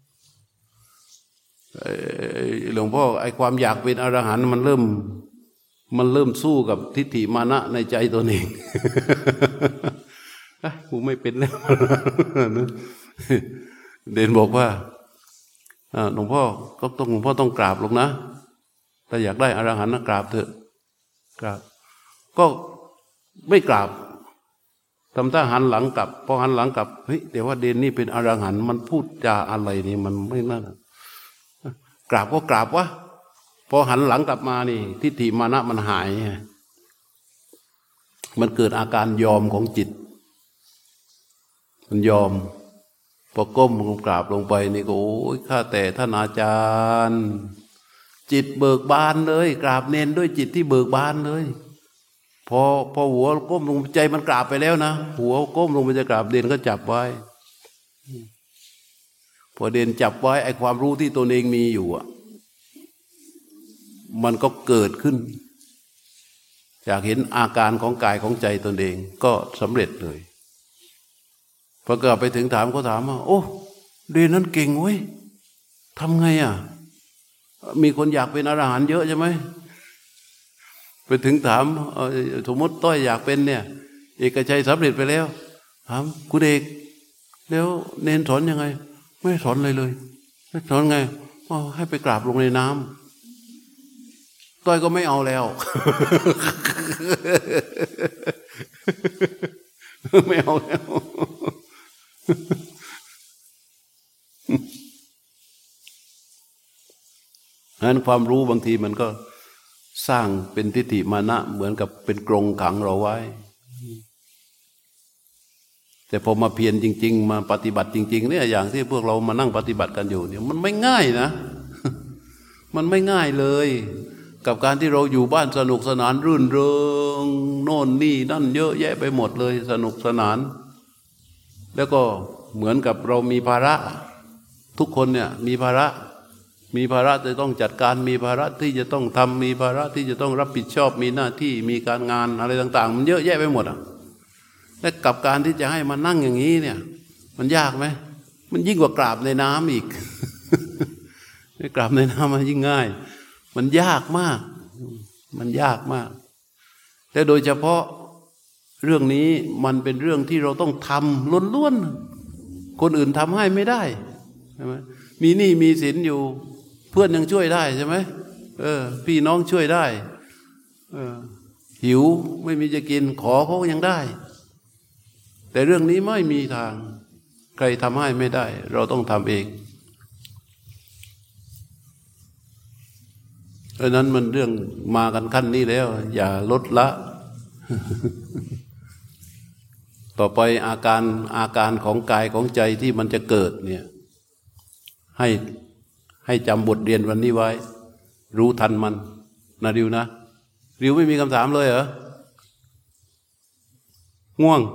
หลวงพ่อไอ้ความอยากเป็นอรหันต์มันเริ่มมันเริ่มสู้กับทิฏฐิมานะในใจตัวเองกูไม่เป็นแล้วเดนบอกว่าหลวงพ่อก็ต้องหลวงพ่อต้องกราบลงนะถ้าอยากได้อรหันต์นะกราบเถอะกราบก็ไม่กราบทำท่าหันหลังกลับพอหันหลังกลับเฮ้ยแต่ว่าเดนนี่เป็นอรหันต์มันพูดจาอะไรนี่มันไม่น่ากราบก็กราบวะพอหันหลังกลับมานี่ทิฏฐิมานะมันหายมันเกิดอาการยอมของจิตมันยอมพอก้มลงกราบลงไปนี่ก็โอ้ยข้าแต่ท่านอาจารย์จิตเบิกบานเลยกราบเน้นด้วยจิตที่เบิกบานเลยพอพอหัวก้มลงใจมันกราบไปแล้วนะหัวก้มลงไปจะกราบเด่นก็จับไว้พอเด่นจับไว้ไอ้ความรู้ที่ตนเองมีอยู่อ่ะมันก็เกิดขึ้นจากเห็นอาการของกายของใจตนเองก็สำเร็จเลยพอกลับไปถึงถามเขาถามว่าโอ้เรียนนั้นเก่งเว้ยทำไงอ่ะมีคนอยากเป็นอรหันต์เยอะใช่ไหมไปถึงถามสมมติต้อยอยากเป็นเนี่ยเอกชัยสำเร็จไปแล้วถามคุณเอกแล้วเน้นสอนยังไงไม่สอนเลยเลยไม่สอนไงอ๋อให้ไปกราบลงในน้ำต้อยก็ไม่เอาแล้ว ไม่เอาแล้ว นั้นความรู้บางทีมันก็สร้างเป็นทิฏฐิมานะเหมือนกับเป็นกรงขังเราไว้แต่พอมาเพียรจริงๆมาปฏิบัติจริงๆเนี่ยอย่างที่พวกเรามานั่งปฏิบัติกันอยู่เนี่ยมันไม่ง่ายนะ มันไม่ง่ายเลยกับการที่เราอยู่บ้านสนุกสนานรื่นเริงโน่นนี่นั่นเยอะแยะไปหมดเลยสนุกสนานแล้วก็เหมือนกับเรามีภาระทุกคนเนี่ยมีภาระมีภาระจะต้องจัดการมีภาระที่จะต้องทำมีภาระที่จะต้องรับผิดชอบมีหน้าที่มีการงานอะไรต่างๆมันเยอะแยะไปหมดอ่ะและกับการที่จะให้มานั่งอย่างนี้เนี่ยมันยากไหมมันยิ่งกว่ากราบในน้ำอีก กราบในน้ำมันยิ่งง่ายมันยากมากมันยากมากแต่โดยเฉพาะเรื่องนี้มันเป็นเรื่องที่เราต้องทำล้วนๆคนอื่นทำให้ไม่ได้ใช่ไหมมีหนี้มีสินอยู่เพื่อนยังช่วยได้ใช่ไหมเออพี่น้องช่วยได้เออหิวไม่มีจะกินขอเขายังได้แต่เรื่องนี้ไม่มีทางใครทำให้ไม่ได้เราต้องทำเองเพราะนั้นมันเรื่องมากันขั้นนี้แล้วอย่าลดละ ต่อไปอาการอาการของกายของใจที่มันจะเกิดเนี่ยให้ให้จำบทเรียนวันนี้ไว้รู้ทันมันนะริวนะริวไม่มีคำถามเลยเหรอง่วง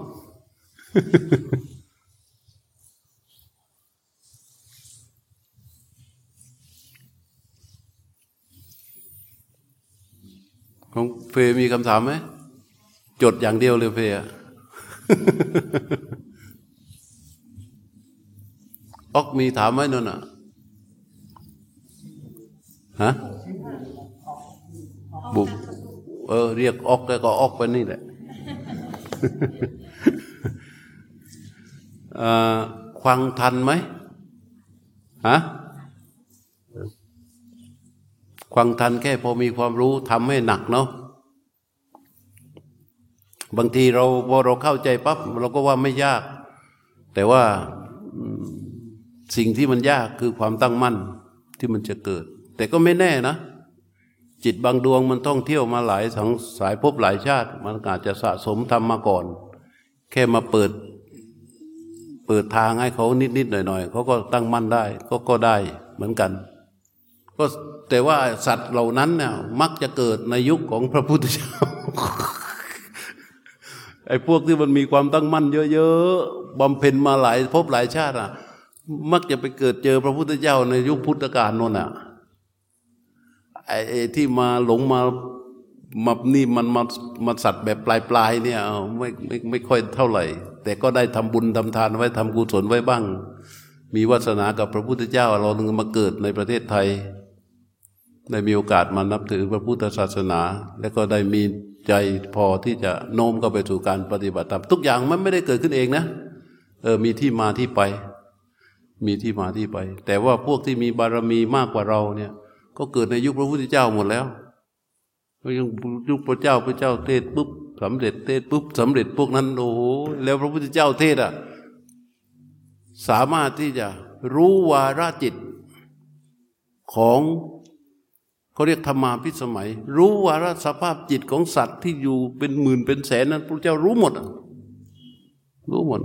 ของเฟยมีคำถามไหมจดอย่างเดียวเลยเฟยอะ ออกมีถามไหมนั่นน่ะฮะบุกเออเรียกออกแล้วก็ออกไปนี่แหละ ควังทันไหมฮะควังทันแค่พอมีความรู้ทำให้หนักเนาะบางทีเราพอเราเข้าใจปั๊บเราก็ว่าไม่ยากแต่ว่าสิ่งที่มันยากคือความตั้งมั่นที่มันจะเกิดแต่ก็ไม่แน่นะจิตบางดวงมันท่องเที่ยวมาหลายสังสายภพหลายชาติมันอาจจะสะสมทำมาก่อนแค่มาเปิดเปิดทางให้เขานิดๆหน่อยๆเขาก็ตั้งมั่นได้ก็ก็ได้เหมือนกันก็แต่ว่าสัตว์เหล่านั้นเนี่ยมักจะเกิดในยุคของพระพุทธเจ้า ไอ้พวกที่มันมีความตั้งมั่นเยอะๆบำเพ็ญมาหลายภพหลายชาติอ่ะมักจะไปเกิดเจอพระพุทธเจ้าในยุคพุทธกาลนั่นน่ะไอ้ที่มาหลงมามานี่มันมามาสัตว์แบบปลายๆเนี่ยไม่ไม่ไม่ค่อยเท่าไหร่แต่ก็ได้ทำบุญทำทานไว้ทำกุศลไว้บ้างมีวาสนากับพระพุทธเจ้าเราถึงมาเกิดในประเทศไทยได้มีโอกาสมานับถือพระพุทธศาสนาและก็ได้มีใจพอที่จะโน้มเข้าไปสู่การปฏิบัติธรรมทุกอย่างมันไม่ได้เกิดขึ้นเองนะเออมีที่มาที่ไปมีที่มาที่ไปแต่ว่าพวกที่มีบารมีมากกว่าเราเนี่ยก็เกิดในยุคพระพุทธเจ้าหมดแล้วยุคพระเจ้าพระเจ้าเทศปุ๊บสำเร็จเทศปุ๊บสำเร็จพวกนั้นโอ้โหแล้วพระพุทธเจ้าเทศอ่ะสามารถที่จะรู้วาระจิตของเขาเรียกธรรมาภิสมัยรู้วาระสภาพจิตของสัตว์ที่อยู่เป็นหมื่นเป็นแสนนั้นพระเจ้ารู้หมดรู้หมด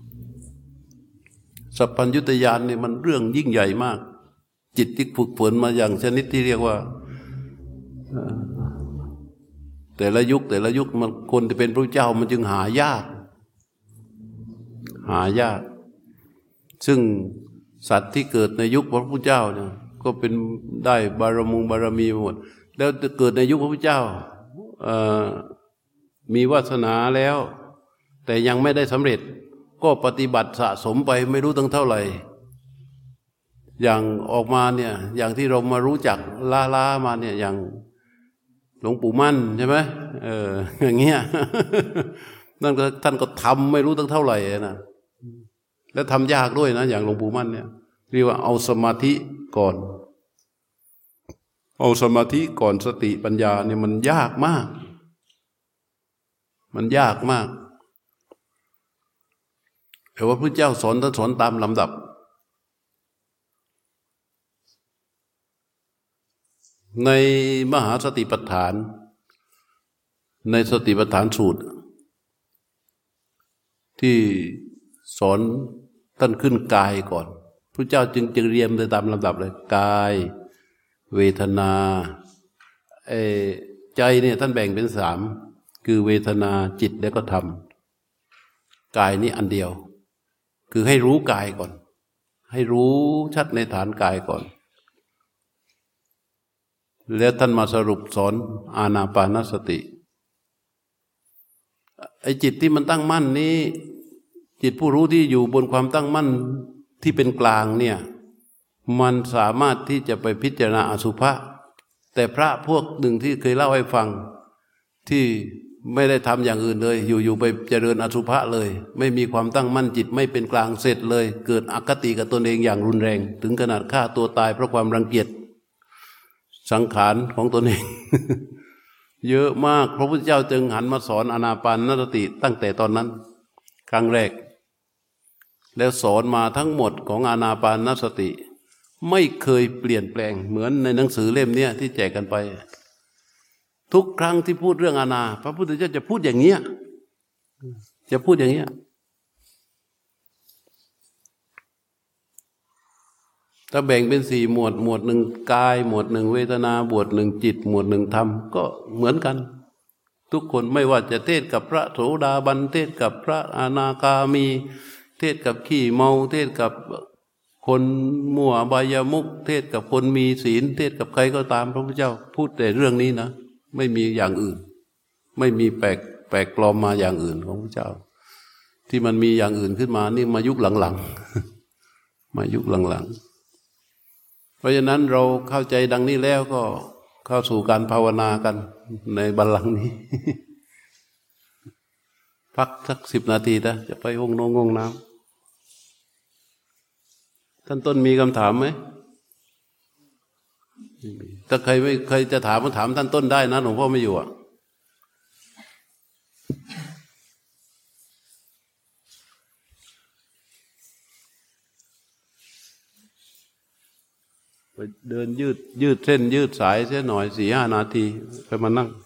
สัพพัญญุตญาณเนี่ยมันเรื่องยิ่งใหญ่มากจิตที่ฝึกฝนมาอย่างชนิดที่เรียกว่าแต่ละยุคแต่ละยุคมันคนที่เป็นพระเจ้ามันจึงหายากหายากซึ่งสัตว์ที่เกิดในยุคพระพุทธเจ้าเนี่ยก็เป็นได้บารมงบารมีหมดแล้วเกิดในยุคพระพุทธเจ้ามีวาสนาแล้วแต่ยังไม่ได้สำเร็จก็ก็ปฏิบัติสะสมไปไม่รู้ตั้งเท่าไหร่อย่างออกมาเนี่ยอย่างที่เรามารู้จักล้าล้ามาเนี่ยอย่างหลวงปู่มั่นใช่ไหมเอออย่างเงี้ยนั่นก็ท่านก็ทำไม่รู้ตั้งเท่าไหร่นะแล้วทำยากด้วยนะอย่างหลวงปู่มั่นเนี่ยเรียกว่าเอาสมาธิก่อนเอาสมาธิก่อนสติปัญญาเนี่ยมันยากมากมันยากมากแต่ว่าพระเจ้าสอนท่านสอนตามลำดับในมหาสติปัฏฐานในสติปัฏฐานสูตรที่สอนท่านขึ้นกายก่อนพระเจ้าจึงจึงเรียงโดยตามลำดับเลยกายเวทนาไอ้ใจเนี่ยท่านแบ่งเป็นสามคือเวทนาจิตแล้วก็ธรรมกายนี่อันเดียวคือให้รู้กายก่อนให้รู้ชัดในฐานกายก่อนแล้วท่านมาสรุปสอนอานาปานสติไอ้จิตที่มันตั้งมั่นนี้จิตผู้รู้ที่อยู่บนความตั้งมั่นที่เป็นกลางเนี่ยมันสามารถที่จะไปพิจารณาอสุภะแต่พระพวกหนึ่งที่เคยเล่าให้ฟังที่ไม่ได้ทำอย่างอื่นเลยอยู่ๆไปเจริญอสุภะเลยไม่มีความตั้งมั่นจิตไม่เป็นกลางเสร็จเลยเกิดอคติกับตนเองอย่างรุนแรงถึงขนาดฆ่าตัวตายเพราะความรังเกียจสังขารของตนเอง เยอะมากพระพุทธเจ้าจึงหันมาสอนอานาปานสติตั้งแต่ตอนนั้นครั้งแรกแล้วสอนมาทั้งหมดของอานาปานสติไม่เคยเปลี่ยนแปลงเหมือนในหนังสือเล่มนี้ที่แจกกันไปทุกครั้งที่พูดเรื่องอานาพระพุทธเจ้าจะพูดอย่างเงี้ยจะพูดอย่างเงี้ยถ้าแบ่งเป็นสี่หมวดหมวดหนึ่งกายหมวดหนึ่งเวทนาหมวดหนึ่งจิตหมวดหนึ่งธรรมก็เหมือนกันทุกคนไม่ว่าจะเทศกับพระโสดาบันเทศกับพระอนาคามีเทศกับขี้เมาเทศกับคนมั่วอบายมุขเทศกับคนมีศีลเทศกับใครก็ตามพระพุทธเจ้าพูดแต่เรื่องนี้นะไม่มีอย่างอื่นไม่มีแปลกแปลกปลอมมาอย่างอื่นของพระเจ้าที่มันมีอย่างอื่นขึ้นมานี่มายุคหลังๆมายุคหลังๆเพราะฉะนั้นเราเข้าใจดังนี้แล้วก็เข้าสู่การภาวนากันในบัลลังก์นี้ พักสักสิบนาทีนะจะไปห้องน้องห้องน้ำท่านต้นมีคำถามไหมถ้าใครไม่ใครจะถามก็ถามท่านต้นได้นะหลวงพ่อไม่อยู่อ่ะไปเดินยืดยืดเส้นยืดสายเสียหน่อยสี่ห้านาทีไปมานั่ง